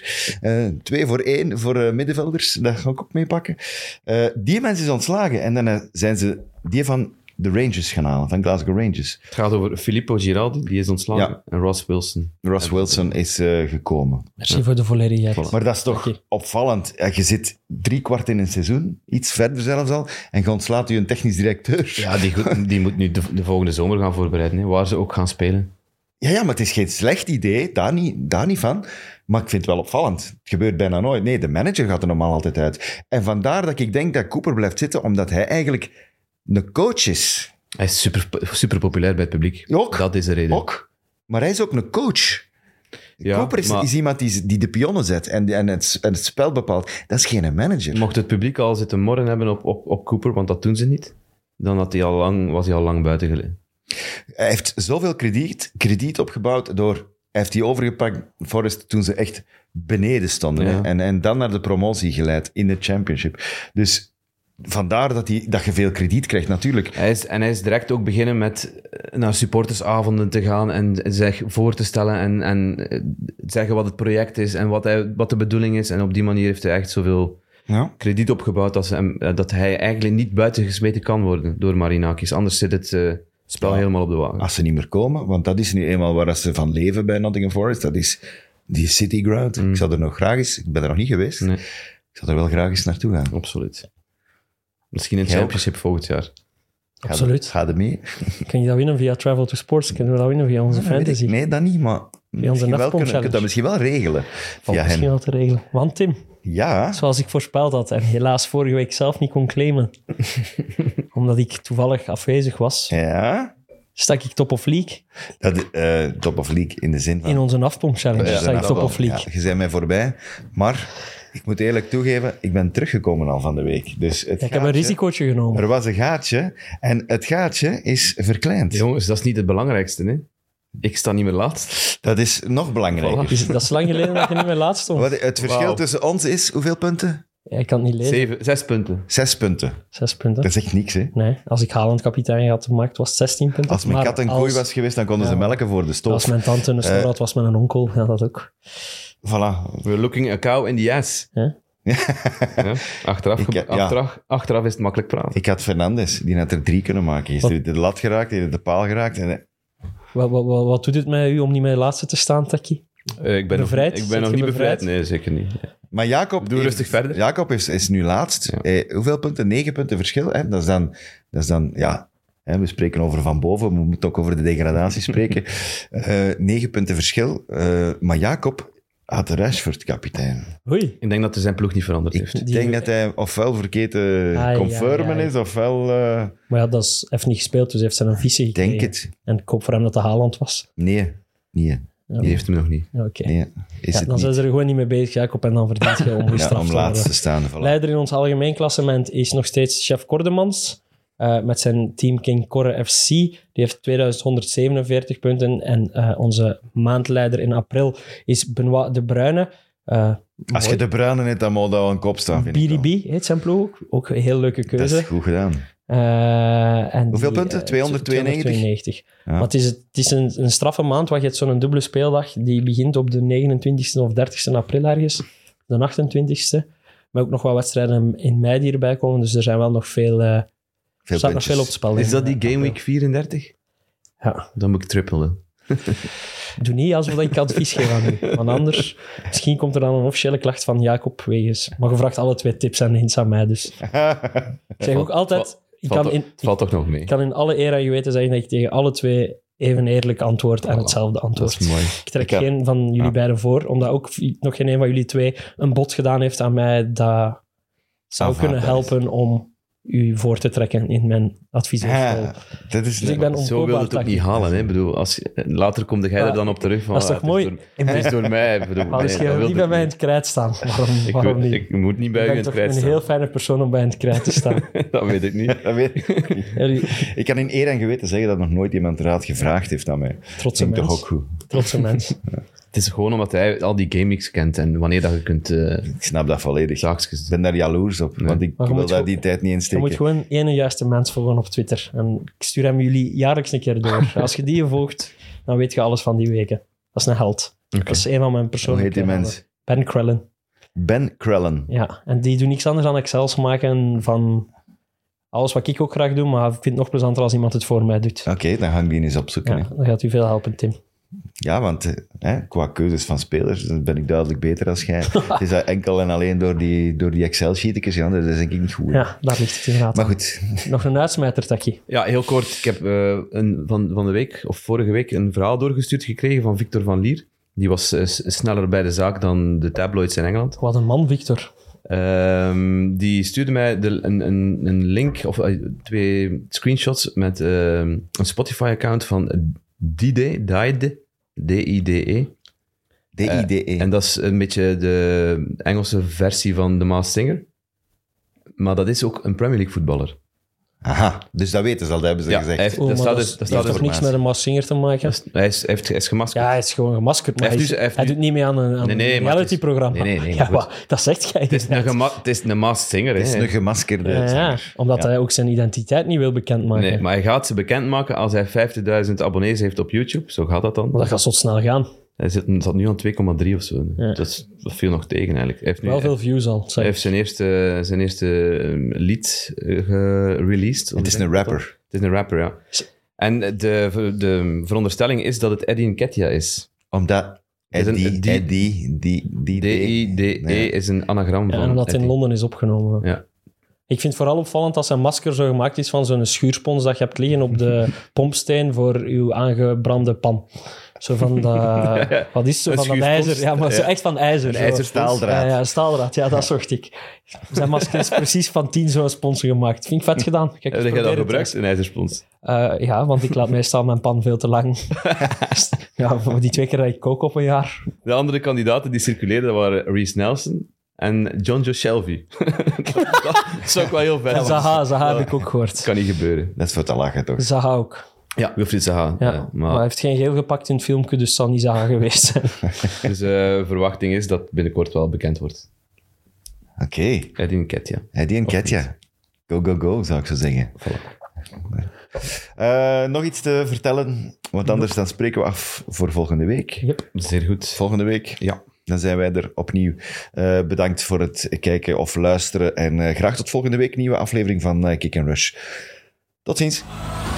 Speaker 2: 2 voor 1 voor middenvelders. Dat ga ik ook meepakken. Die mens is ontslagen. En dan zijn ze die van de Rangers gaan halen, van Glasgow Rangers.
Speaker 3: Het gaat over Filippo Giraldi, die is ontslagen.
Speaker 2: Ja.
Speaker 3: En Ross Wilson.
Speaker 2: Ross Wilson is gekomen.
Speaker 4: Merci voor de volledigheid.
Speaker 2: Maar dat is toch opvallend. Ja, je zit 3/4 in een seizoen, iets verder zelfs al, en je ontslaat je een technisch directeur.
Speaker 3: Ja, die moet nu de volgende zomer gaan voorbereiden, hè, waar ze ook gaan spelen.
Speaker 2: Ja, maar het is geen slecht idee, daar niet van. Maar ik vind het wel opvallend. Het gebeurt bijna nooit. Nee, de manager gaat er normaal altijd uit. En vandaar dat ik denk dat Cooper blijft zitten, omdat hij eigenlijk een coach is.
Speaker 3: Hij is super populair bij het publiek.
Speaker 2: Ook.
Speaker 3: Dat is de reden.
Speaker 2: Ook. Maar hij is ook een coach.
Speaker 3: Ja,
Speaker 2: Cooper is iemand die de pionnen zet en het spel bepaalt. Dat is geen manager.
Speaker 3: Mocht het publiek al zitten morren hebben op Cooper, want dat doen ze niet, dan was hij al lang buiten geleden.
Speaker 2: Hij heeft zoveel krediet opgebouwd door... Hij heeft die overgepakt, Forest, toen ze echt beneden stonden.
Speaker 3: Ja.
Speaker 2: Hè? En dan naar de promotie geleid in de championship. Dus vandaar dat je veel krediet krijgt, natuurlijk.
Speaker 3: Hij is direct ook beginnen met naar supportersavonden te gaan en zich voor te stellen en zeggen wat het project is en wat de bedoeling is. En op die manier heeft hij echt zoveel krediet opgebouwd dat hij eigenlijk niet buitengesmeten kan worden door Marinakis. Anders zit het spel helemaal op de wagen.
Speaker 2: Als ze niet meer komen, want dat is nu eenmaal waar ze van leven bij Nottingham Forest, dat is die City Ground. Ik zou er nog graag eens... Ik ben er nog niet geweest.
Speaker 3: Nee.
Speaker 2: Ik zou er wel graag eens naartoe gaan.
Speaker 3: Absoluut. Misschien een
Speaker 2: Jij ook?
Speaker 3: championship volgend jaar.
Speaker 4: Absoluut.
Speaker 2: Ga er mee?
Speaker 4: Kan je dat winnen via Travel to Sports? Kunnen we dat winnen via onze fantasy?
Speaker 2: Nee, dat niet, maar...
Speaker 4: onze
Speaker 2: Je kunt dat misschien wel regelen. Via
Speaker 4: Misschien
Speaker 2: hen.
Speaker 4: wel te regelen. Want Tim,
Speaker 2: Ja.
Speaker 4: zoals ik voorspeld had en helaas vorige week zelf niet kon claimen, omdat ik toevallig afwezig was,
Speaker 2: Ja.
Speaker 4: stak ik Top of League
Speaker 2: Top of League in de zin van...
Speaker 4: in onze afpomp challenge.
Speaker 2: Ja,
Speaker 4: Stak ik Top
Speaker 2: wel.
Speaker 4: of League.
Speaker 2: Ja, je bent mij voorbij. Maar ik moet eerlijk toegeven, ik ben teruggekomen al van de week. Dus het
Speaker 4: Ik heb een risicootje genomen.
Speaker 2: Er was een gaatje en het gaatje is verkleind.
Speaker 3: Jongens, dat is niet het belangrijkste, hè? Ik sta niet meer laatst.
Speaker 2: Dat is nog belangrijker.
Speaker 4: Dat is lang geleden dat je niet meer laatst stond.
Speaker 2: Het verschil
Speaker 3: Wauw.
Speaker 2: tussen ons is hoeveel punten?
Speaker 4: Ja, ik kan het niet lezen.
Speaker 3: 6 punten.
Speaker 2: 6 punten.
Speaker 4: 6 punten.
Speaker 2: Dat is echt niks, hè?
Speaker 4: Nee, als ik Haaland kapitein had gemaakt, was het 16 punten.
Speaker 2: Als mijn
Speaker 4: Maar
Speaker 2: kat een koei was geweest, dan konden ze melken voor de stoof.
Speaker 4: Als mijn tante een snor had, was met een onkel. Ja, dat ook.
Speaker 2: Voilà.
Speaker 3: We're looking a cow in the ass.
Speaker 4: Ja.
Speaker 3: Ja, achteraf,
Speaker 2: Ja.
Speaker 3: achteraf is het makkelijk praten.
Speaker 2: Ik had Fernandes, die had er 3 kunnen maken. Hij is de lat geraakt, hij heeft de paal geraakt. En
Speaker 4: Wat doet het met u om niet met de laatste te staan, Taki?
Speaker 3: Ik ben
Speaker 4: Bevrijd?
Speaker 3: nog
Speaker 4: Zit
Speaker 3: niet
Speaker 4: je
Speaker 3: bevrijd.
Speaker 4: bevrijd?
Speaker 3: Nee, zeker niet.
Speaker 2: Maar Jacob...
Speaker 3: Doe rustig verder.
Speaker 2: Jacob is nu laatst.
Speaker 3: Ja.
Speaker 2: Hoeveel punten? 9 punten verschil. Hè? Dat is dan ja... Hè, we spreken over van boven, we moeten ook over de degradatie spreken. 9 punten verschil. Maar Jacob had de Rashford-kapitein.
Speaker 4: Oei.
Speaker 3: Ik denk dat hij zijn ploeg niet veranderd
Speaker 2: Ik
Speaker 3: heeft.
Speaker 2: denk dat hij ofwel vergeten
Speaker 4: Ai,
Speaker 2: confirmen
Speaker 4: ai, ai.
Speaker 2: is, ofwel...
Speaker 4: Maar ja, hij heeft niet gespeeld, dus hij heeft zijn visie gekregen.
Speaker 2: denk het.
Speaker 4: En ik hoop voor hem dat de Haaland was.
Speaker 2: Nee.
Speaker 3: Die heeft hem nog niet.
Speaker 4: Ja, oké.
Speaker 2: Nee, is
Speaker 4: Ja,
Speaker 2: het
Speaker 4: dan
Speaker 2: niet.
Speaker 4: zijn ze er gewoon niet mee bezig, Jacob, en dan verdient je om gestraft
Speaker 2: Om
Speaker 4: te
Speaker 2: laatst
Speaker 4: worden.
Speaker 2: te staan. Voilà.
Speaker 4: Leider in ons algemeen klassement is nog steeds Chef Kordemans. Met zijn team King Corre FC. Die heeft 2147 punten. En onze maandleider in april is Benoit de Bruyne.
Speaker 2: Als je de bruine hebt, dan moet dat een kop staan, vind ik wel.
Speaker 4: BDB heet zijn ploeg ook. Ook een heel leuke
Speaker 2: Dat
Speaker 4: keuze.
Speaker 2: is goed gedaan.
Speaker 4: En
Speaker 2: Hoeveel
Speaker 4: die,
Speaker 2: punten? 292?
Speaker 4: 292.
Speaker 2: Ja.
Speaker 4: Maar het is een straffe maand, want je hebt zo'n dubbele speeldag. Die begint op de 29e of 30e april ergens. De 28e. Maar ook nog wat wedstrijden in mei die erbij komen. Dus er zijn wel nog veel... er
Speaker 2: Veel
Speaker 4: staat nog veel op het spel.
Speaker 3: Is dat die Game Week 34?
Speaker 4: Ja.
Speaker 3: Dan moet ik trippelen.
Speaker 4: Doe niet alsof ik advies geef aan u. Want anders, misschien komt er dan een officiële klacht van Jacob wegens. Maar je vraagt alle 2 tips en hints aan mij. Dus ik zeg ook altijd... Ik
Speaker 3: Het valt toch nog mee.
Speaker 4: kan in alle eer en geweten zeggen dat ik tegen alle 2 even eerlijk antwoord en hetzelfde
Speaker 3: Dat
Speaker 4: antwoord.
Speaker 3: is mooi.
Speaker 4: Ik trek
Speaker 2: Ik heb-
Speaker 4: geen van jullie beiden voor, omdat ook nog geen een van jullie 2 een bod gedaan heeft aan mij dat zou kunnen helpen om u voor te trekken in mijn adviseursrol.
Speaker 2: Dat is
Speaker 4: Dus ik ben
Speaker 3: Zo wil het ook niet halen. Hè? Ik bedoel, later komt jij er dan op terug van...
Speaker 4: Dat is toch mooi?
Speaker 3: Het is door mij. Ik bedoel,
Speaker 4: Anders
Speaker 3: nee,
Speaker 4: ga
Speaker 3: dat
Speaker 4: je
Speaker 3: wil
Speaker 4: niet bij
Speaker 3: ik
Speaker 4: mij in
Speaker 3: niet.
Speaker 4: het krijt staan. Waarom niet?
Speaker 3: Ik moet niet bij
Speaker 4: Ik
Speaker 3: u
Speaker 4: ben
Speaker 3: in het
Speaker 4: toch
Speaker 3: krijt
Speaker 4: een
Speaker 3: staan.
Speaker 4: heel fijne persoon om bij in het krijt te staan.
Speaker 3: Dat weet ik niet.
Speaker 2: Dat weet ik niet.
Speaker 4: Jullie
Speaker 2: Ik kan in eer en geweten zeggen dat nog nooit iemand raad gevraagd heeft aan mij.
Speaker 4: trotse
Speaker 2: Vind ik toch
Speaker 4: mens.
Speaker 2: ook goed.
Speaker 4: Trotse mens.
Speaker 3: Het is gewoon omdat hij al die GameX kent en wanneer dat je kunt
Speaker 2: Ik snap dat volledig.
Speaker 3: zaakjes...
Speaker 2: Ik ben daar jaloers op, want ik
Speaker 4: Maar je
Speaker 2: wil
Speaker 4: moet
Speaker 2: daar
Speaker 4: gewoon-
Speaker 2: die tijd niet in
Speaker 4: Je
Speaker 2: steken.
Speaker 4: moet gewoon één juiste mens volgen op Twitter. En ik stuur hem jullie jaarlijks een keer door. Als je die volgt, dan weet je alles van die weken. Dat is een held. Dat is een van mijn
Speaker 2: Hoe
Speaker 4: persoonlijke
Speaker 2: heet die
Speaker 4: helden.
Speaker 2: mens?
Speaker 4: Ben Krellen.
Speaker 2: Ben Krellen.
Speaker 4: Ja, en die doen niks anders dan Excels maken van alles wat ik ook graag doe, maar ik vind het nog plezanter als iemand het voor mij doet.
Speaker 2: Oké, dan ga ik die eens opzoeken.
Speaker 4: Ja,
Speaker 2: hè.
Speaker 4: dan gaat u veel helpen, Tim.
Speaker 2: Ja, want qua keuzes van spelers ben ik duidelijk beter als jij. Het is enkel en alleen door die Excel-sheetjes, ja, dat is denk ik niet goed. hè.
Speaker 4: Ja, daar ligt het inderdaad.
Speaker 2: Maar goed,
Speaker 4: Nog een uitsmijter, Taki.
Speaker 3: Ja, heel kort. Ik heb van de week, of vorige week, een verhaal doorgestuurd gekregen van Victor van Lier. Die was sneller bij de zaak dan de tabloids in Engeland.
Speaker 4: Wat een man, Victor.
Speaker 3: Die stuurde mij een link, of 2 screenshots met een Spotify-account van Dide, D-I-D-E.
Speaker 2: DIDE.
Speaker 3: En dat is een beetje de Engelse versie van The Masked Singer. Maar dat is ook een Premier League voetballer.
Speaker 2: Aha, dus dat weten ze al, dat hebben ze
Speaker 3: Ja,
Speaker 2: gezegd.
Speaker 3: hij heeft-
Speaker 4: Oh,
Speaker 3: dat
Speaker 4: maar
Speaker 3: staat
Speaker 4: dat
Speaker 3: dus-
Speaker 4: is-
Speaker 3: dat
Speaker 4: dat
Speaker 3: staat
Speaker 4: heeft toch
Speaker 3: dus-
Speaker 4: niks met een Massinger te maken?
Speaker 3: Hij is gemaskerd.
Speaker 4: Ja, hij is gewoon gemaskerd, maar
Speaker 3: Hij heeft
Speaker 4: hij,
Speaker 3: dus- hij heeft
Speaker 4: hij
Speaker 3: nu-
Speaker 4: doet niet mee aan een
Speaker 3: Nee, maar het is-
Speaker 4: reality-programma.
Speaker 3: Nee,
Speaker 4: Ja,
Speaker 3: goed.
Speaker 4: maar dat zegt jij
Speaker 3: Het is een Masked Singer.
Speaker 2: Het is
Speaker 3: hè.
Speaker 2: een gemaskerde
Speaker 4: ja,
Speaker 2: zanger.
Speaker 4: omdat hij ook zijn identiteit niet wil bekendmaken.
Speaker 3: Nee, maar hij gaat ze bekendmaken als hij 50.000 abonnees heeft op YouTube. Zo gaat dat dan.
Speaker 4: Maar dat gaat zo snel gaan.
Speaker 3: Hij zat nu aan 2,3 of zo.
Speaker 4: Ja.
Speaker 3: Dat viel nog tegen eigenlijk. Hij heeft, nu,
Speaker 4: Wel veel views al.
Speaker 3: hij
Speaker 4: Zeg.
Speaker 3: heeft zijn eerste lied gereleased.
Speaker 2: Het is een rapper.
Speaker 3: Het is een rapper, ja. En de veronderstelling is dat het Eddie Nketiah is.
Speaker 2: Omdat
Speaker 3: Het is een- D-I-D-E
Speaker 2: Ja.
Speaker 3: is een anagram
Speaker 4: Ja,
Speaker 3: van
Speaker 4: en omdat het in
Speaker 3: Eddie.
Speaker 4: Londen is opgenomen.
Speaker 3: Ja.
Speaker 4: Ik vind het vooral opvallend dat zijn masker zo gemaakt is van zo'n schuurspons dat je hebt liggen op de pompsteen voor uw aangebrande pan. Zo van dat... Wat is het? Zo
Speaker 3: Een
Speaker 4: van dat
Speaker 3: schuurspons?
Speaker 4: ijzer. Ja, maar zo
Speaker 3: Ja.
Speaker 4: echt van ijzer.
Speaker 3: Een
Speaker 4: zo.
Speaker 2: ijzerstaaldraad.
Speaker 4: Ja, staaldraad. Ja, dat zocht ik. Zijn masker is precies van 10 zo'n sponsen gemaakt. Vind ik vet gedaan. Kijk,
Speaker 3: Heb jij dat
Speaker 4: proberen
Speaker 3: gebruikt,
Speaker 4: thuis.
Speaker 3: een ijzerspons?
Speaker 4: Ja, want ik laat meestal mijn pan veel te lang. Ja, voor die 2 keer dat ik kook op een jaar.
Speaker 3: De andere kandidaten die circuleerden waren Reece Nelson en John Joe Shelby. Dat is ook wel heel vet.
Speaker 4: En Zaha heb ik ook gehoord.
Speaker 3: Dat kan niet gebeuren.
Speaker 2: Dat is voor te lachen, toch?
Speaker 4: Zaha ook.
Speaker 3: Ja, Wilfried Zaha.
Speaker 4: Ja, maar hij
Speaker 3: maar
Speaker 4: heeft geen geel gepakt in het filmpje, dus het zal niet Zaha geweest zijn.
Speaker 3: dus verwachting is dat binnenkort wel bekend wordt.
Speaker 2: Oké.
Speaker 3: Eddie Nketiah.
Speaker 2: Eddie en Katja. Go, go, go, zou ik zo zeggen. Nog iets te vertellen? Want anders dan spreken we af voor volgende week.
Speaker 3: Zeer goed.
Speaker 2: Volgende week,
Speaker 3: Ja.
Speaker 2: dan zijn wij er opnieuw. Bedankt voor het kijken of luisteren. En graag tot volgende week. Nieuwe aflevering van Kick and Rush. Tot ziens.